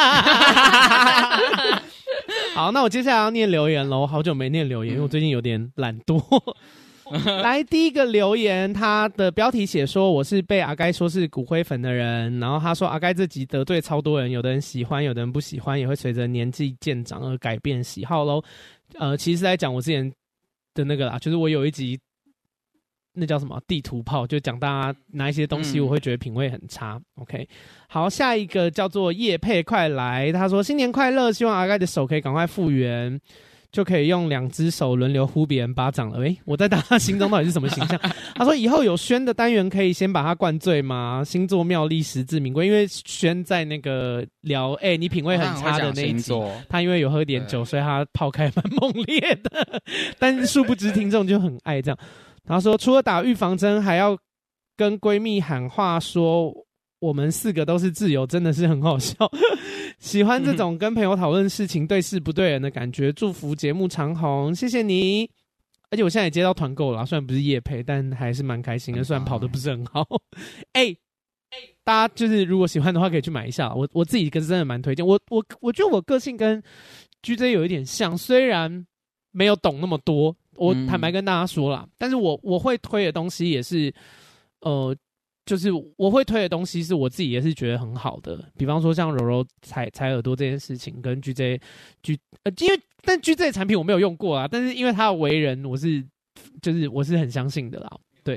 好，那我接下来要念留言了，我好久没念留言，因为我最近有点懒惰。来，第一个留言，他的标题写说我是被阿该说是骨灰粉的人，然后他说阿该这集得罪超多人，有的人喜欢，有的人不喜欢，也会随着年纪渐长而改变喜好咯。呃，其实是在讲我之前的那个啦，就是我有一集那叫什么地图炮，就讲大家拿一些东西我会觉得品味很差、嗯、OK。 好，下一个叫做业配快来，他说新年快乐，希望阿该的手可以赶快复原，就可以用两只手轮流呼别人巴掌了。诶，我在大家心中到底是什么形象？他说以后有轩的单元可以先把他灌醉吗？星座妙丽实至名归，因为轩在那个聊诶你品味很差的那一集，他因为有喝点酒，所以他泡开蛮猛烈的，但是殊不知听众就很爱这样。他说除了打预防针，还要跟闺蜜喊话说我们四个都是自由，真的是很好笑。喜欢这种跟朋友讨论事情对事不对人的感觉，祝福节目长红，谢谢你。而且我现在也接到团购了，虽然不是业配，但还是蛮开心的，虽然跑得不是很好。哎、欸，大家就是如果喜欢的话可以去买一下，我我自己个真的蛮推荐。我我我觉得我个性跟 G J 有一点像，虽然没有懂那么多，我坦白跟大家说啦、嗯、但是我我会推的东西也是呃就是我会推的东西是我自己也是觉得很好的，比方说像柔柔踩踩耳朵这件事情，跟 G J G 呃，因为但 G J 的产品我没有用过啦，但是因为他的为人我是就是我是很相信的啦，对，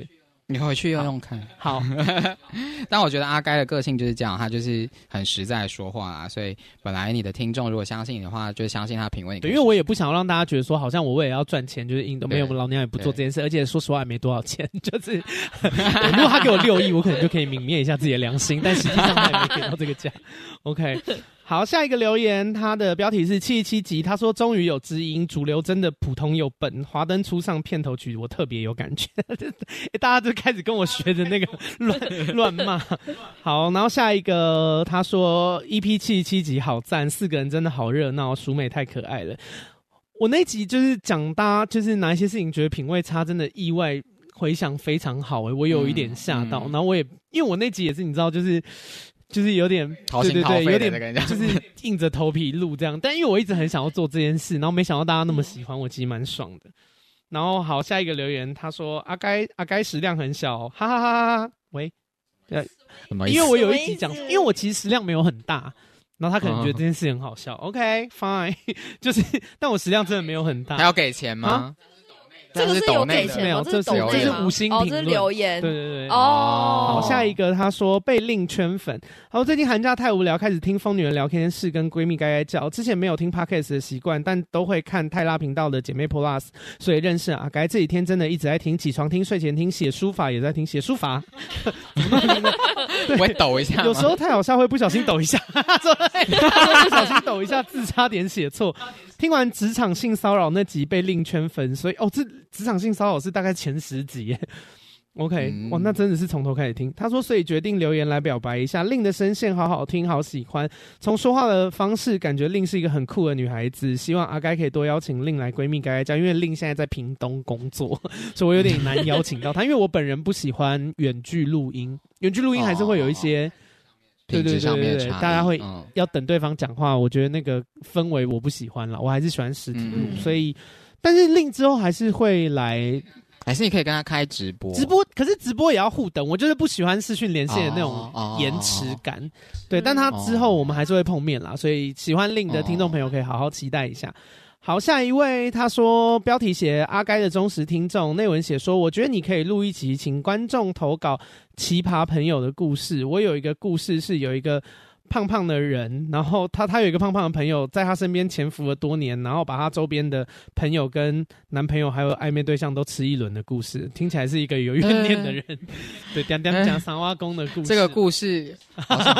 你回去用用看。 好， 但我觉得阿该的个性就是这样，他就是很实在说话啊，所以本来你的听众如果相信你的话，就相信他的品味。 对，因为我也不想让大家觉得说，好像我为了要赚钱，就是硬都没有，老娘也不做这件事，而且说实话也没多少钱，就是如果他给我六亿，我可能就可以泯灭一下自己的良心，但实际上他也没给到这个价。OK。好，下一个留言，他的标题是七十七集，他说终于有知音，主流真的普通又笨，华灯初上片头曲我特别有感觉，大家就开始跟我学的那个乱乱骂。好，然后下一个他说 E P 七十七集好赞，四个人真的好热闹，淑美太可爱了。我那集就是讲大家就是哪一些事情觉得品味差，真的意外回响非常好诶、欸，我有一点吓到、嗯嗯，然后我也因为我那集也是你知道就是就是有点掏心掏肺的，对对对，有点就是硬着头皮录这样，但因为我一直很想要做这件事，然后没想到大家那么喜欢，我其实蛮爽的。然后好，下一个留言他说阿该阿该食量很小，哈哈哈哈。喂， 什么意思？ 因为我有一集讲，因为我其实食量没有很大。然后他可能觉得这件事很好笑、嗯、，OK fine， 就是，但我食量真的没有很大。 还要给钱吗？啊这个是有给钱吗？ 这是抖内吗？ 这是五星评论， 哦，这是留言。 对对对。 哦。 好，下一个他说被令圈粉。好，最近寒假太无聊，开始听疯女人聊天室跟闺蜜该该叫。之前没有听 podcast 的习惯，但都会看泰拉频道的姐妹 Plus， 所以认识阿该。这几天真的一直在听，起床听，睡前听，写书法也在听，写书法。 我会抖一下吗？ 有时候太好笑会不小心抖一下，不小心抖一下字差点写错。听完职场性骚扰那集被令圈粉，所以哦，这职场性骚扰是大概前十集耶。OK，、嗯、哇，那真的是从头开始听。他说，所以决定留言来表白一下，令的声线好好听，好喜欢。从说话的方式，感觉令是一个很酷的女孩子。希望阿该可以多邀请令来闺蜜该该叫，因为令现在在屏东工作，所以我有点难邀请到她。因为我本人不喜欢远距录音，远距录音还是会有一些。哦对对对对对，大家会要等对方讲话、嗯，我觉得那个氛围我不喜欢啦，我还是喜欢实体录、嗯，所以，但是令之后还是会来， 还是你可以跟他开直播， 直播，可是直播也要互等，我就是不喜欢视讯连线的那种延迟感、哦，对，但他之后我们还是会碰面啦，所以喜欢令的听众朋友可以好好期待一下。好，下一位他说标题写阿该的忠实听众，内文写说我觉得你可以录一集请观众投稿奇葩朋友的故事。我有一个故事是有一个胖胖的人，然后他他有一个胖胖的朋友在他身边潜伏了多年，然后把他周边的朋友跟男朋友还有暧昧对象都吃一轮的故事，听起来是一个有怨念的人、呃、对，讲讲讲三挖公的故事。 这个故事好像,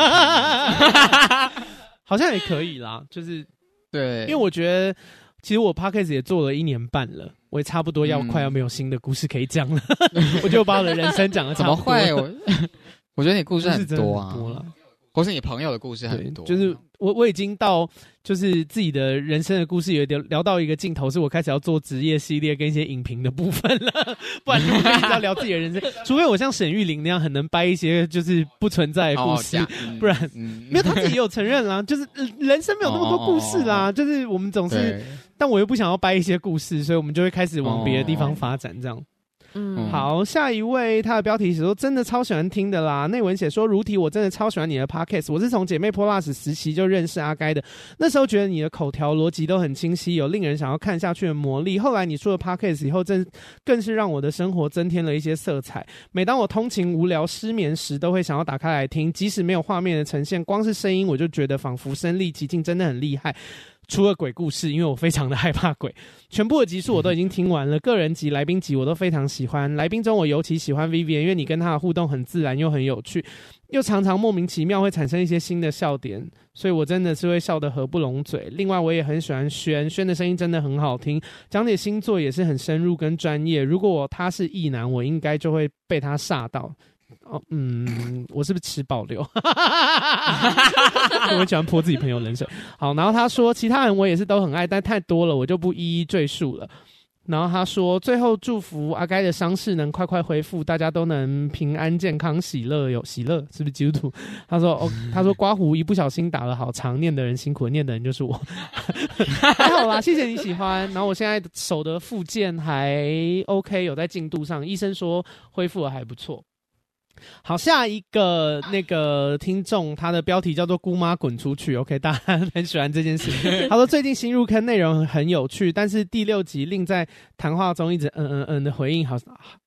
好像也可以啦，就是对， 因为我觉得其实我 podcast 也做了一年半了，我也差不多要快要没有新的故事可以讲了。嗯、我就把我的人生讲的差不多。 怎么会？我我觉得你故事很多啊， 多了， 或是你朋友的故事很多。 就是我我已经到就是自己的人生的故事有点聊到一个尽头，是我开始要做职业系列跟一些影评的部分了。不然如果一直要聊自己的人生，除非我像沈玉琳那样很能掰一些就是不存在的故事，哦嗯、不然、嗯、没有他自己也有承认啦，就是人生没有那么多故事啦，哦、就是我们总是。但我又不想要掰一些故事，所以我们就会开始往别的地方发展这样。嗯，好，下一位他的标题写说真的超喜欢听的啦，内文写说如题我真的超喜欢你的 podcast， 我是从姐妹 Plus 时期就认识阿该的，那时候觉得你的口条逻辑都很清晰，有令人想要看下去的魔力，后来你出了 podcast 以后真更是让我的生活增添了一些色彩，每当我通勤无聊失眠时都会想要打开来听，即使没有画面的呈现，光是声音我就觉得仿佛身临其境，真的很厉害。除了鬼故事，因为我非常的害怕鬼，全部的集数我都已经听完了，个人集、来宾集我都非常喜欢。来宾中我尤其喜欢 Vivian， 因为你跟他的互动很自然又很有趣，又常常莫名其妙会产生一些新的笑点，所以我真的是会笑得合不拢嘴。另外我也很喜欢轩，轩的声音真的很好听，讲解星座也是很深入跟专业，如果我他是异男，我应该就会被他煞到。哦，嗯，我是不是吃保留？我很喜欢泼自己朋友冷水。好，然后他说其他人我也是都很爱，但太多了我就不一一赘述了。然后他说最后祝福阿该的伤势能快快恢复，大家都能平安健康喜乐，有喜乐是不是基督徒？他说哦，他说刮胡一不小心打了好长，念的人辛苦，念的人就是我。还好啦，谢谢你喜欢。然后我现在手的复健还 OK， 有在进度上，医生说恢复的还不错。好，下一个那个听众，他的标题叫做姑妈滚出去 OK， 大家很喜欢这件事。他说最近新入坑内容很有趣，但是第六集令在谈话中一直嗯嗯嗯的回应好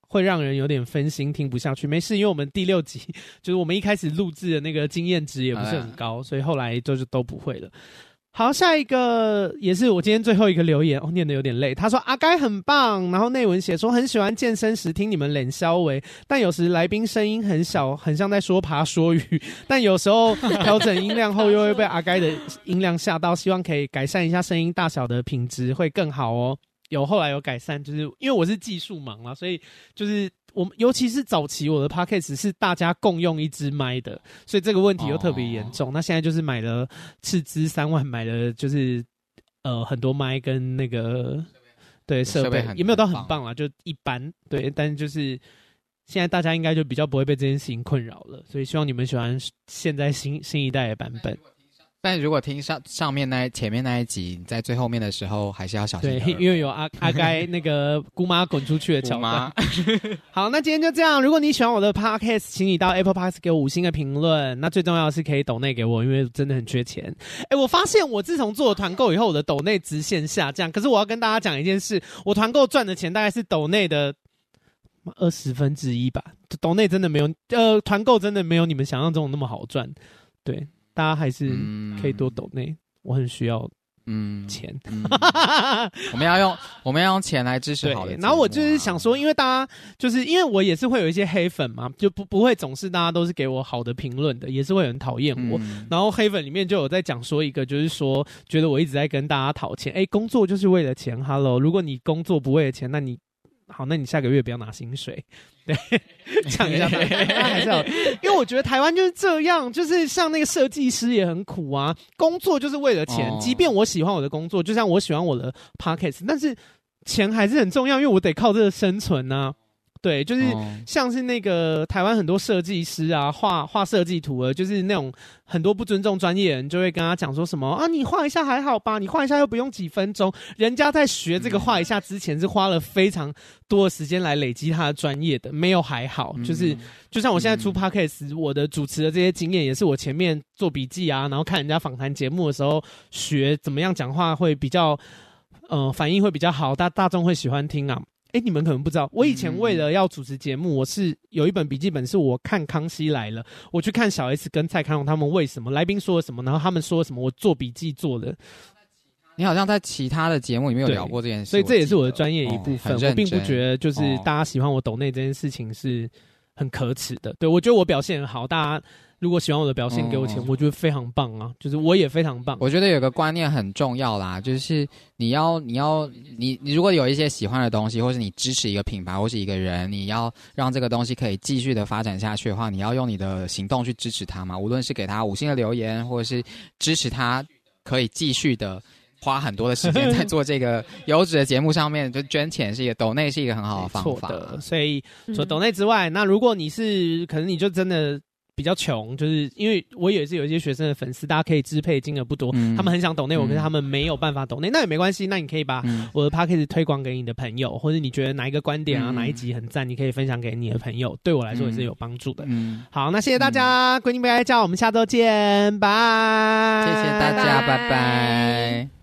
会让人有点分心，听不下去。没事，因为我们第六集就是我们一开始录制的那个经验值也不是很高，所以后来就是都不会了。好，下一个也是我今天最后一个留言，哦，念得有点累。他说阿该很棒，然后内文写说很喜欢健身时听你们冷消微，但有时来宾声音很小，很像在说爬说语，但有时候调整音量后又会被阿该的音量吓到，希望可以改善一下声音大小的品质会更好哦。有后来有改善，就是因为我是技术盲啦，所以就是我们尤其是早期我的 podcast 是大家共用一支麦的，所以这个问题又特别严重。哦、那现在就是买了斥资三万买了就是呃很多麦跟那个对设备也没有到很棒啦，就一般对，但是就是现在大家应该就比较不会被这件事情困扰了，所以希望你们喜欢现在新新一代的版本。 但如果听上上面那前面那一集，在最后面的时候还是要小心。 对，因为有阿阿该那个姑妈滚出去的桥段。好，那今天就这样。如果你喜欢我的 podcast， 请你到 Apple Podcast 给我五星的评论。那最重要的是可以抖内给我，因为真的很缺钱。哎，我发现我自从做了团购以后，我的抖内直线下降。可是我要跟大家讲一件事，我团购赚的钱大概是抖内的二十分之一吧。抖内真的没有，呃，团购真的没有你们想象中的那么好赚。对。大家还是可以多抖内、嗯，我很需要嗯钱、嗯。 我们要用我们要用钱来支持好的、啊。 然后我就是想说，因为大家就是因为我也是会有一些黑粉嘛，就不不会总是大家都是给我好的评论的，也是会有人讨厌我、嗯。然后黑粉里面就有在讲说一个，就是说觉得我一直在跟大家讨钱，哎，工作就是为了钱 ，Hello， 如果你工作不为了钱，那你好，那你下个月不要拿薪水。对，讲一下，还是要，因为我觉得台湾就是这样，就是像那个设计师也很苦啊，工作就是为了钱。哦、即便我喜欢我的工作，就像我喜欢我的 podcast， 但是钱还是很重要，因为我得靠这个生存啊。对，就是像是那个台湾很多设计师啊，画画设计图的，就是那种很多不尊重专业人，就会跟他讲说什么啊，你画一下还好吧，你画一下又不用几分钟。人家在学这个画一下之前，是花了非常多的时间来累积他的专业的，没有还好。就是就像我现在出 podcast， 我的主持的这些经验，也是我前面做笔记啊，然后看人家访谈节目的时候学怎么样讲话会比较，呃，反应会比较好，大大众会喜欢听啊。哎，你们可能不知道，我以前为了要主持节目，我是有一本笔记本，是我看《康熙来了》，我去看小 S 跟蔡康永他们为什么来宾说了什么，然后他们说了什么，我做笔记做的。 你好像在其他的节目里面有聊过这件事， 所以这也是我的专业一部分。 哦、 我并不觉得就是大家喜欢我抖内这件事情是很可耻的。对，我觉得我表现很好，大家如果喜欢我的表现给我钱、嗯、我觉得非常棒啊，就是我也非常棒。 我觉得有个观念很重要啦，就是你要你要你你如果有一些喜欢的东西，或是你支持一个品牌或是一个人，你要让这个东西可以继续的发展下去的话，你要用你的行动去支持它嘛，无论是给他五星的留言，或者是支持他可以继续的花很多的时间在做这个优质的节目上面，就捐钱是一个抖内是一个很好的方法的。所以除了抖内之外、嗯，那如果你是可能你就真的比较穷，就是因为我也是有一些学生的粉丝，大家可以支配金额不多、嗯，他们很想抖内我，可是他们没有办法抖内、嗯，那也没关系，那你可以把我的 podcast 推广给你的朋友，或者你觉得哪一个观点啊、嗯、哪一集很赞，你可以分享给你的朋友，对我来说也是有帮助的。嗯，好，那谢谢大家，闺蜜不该叫，我们下周见，拜， 谢谢大家，拜拜。拜拜。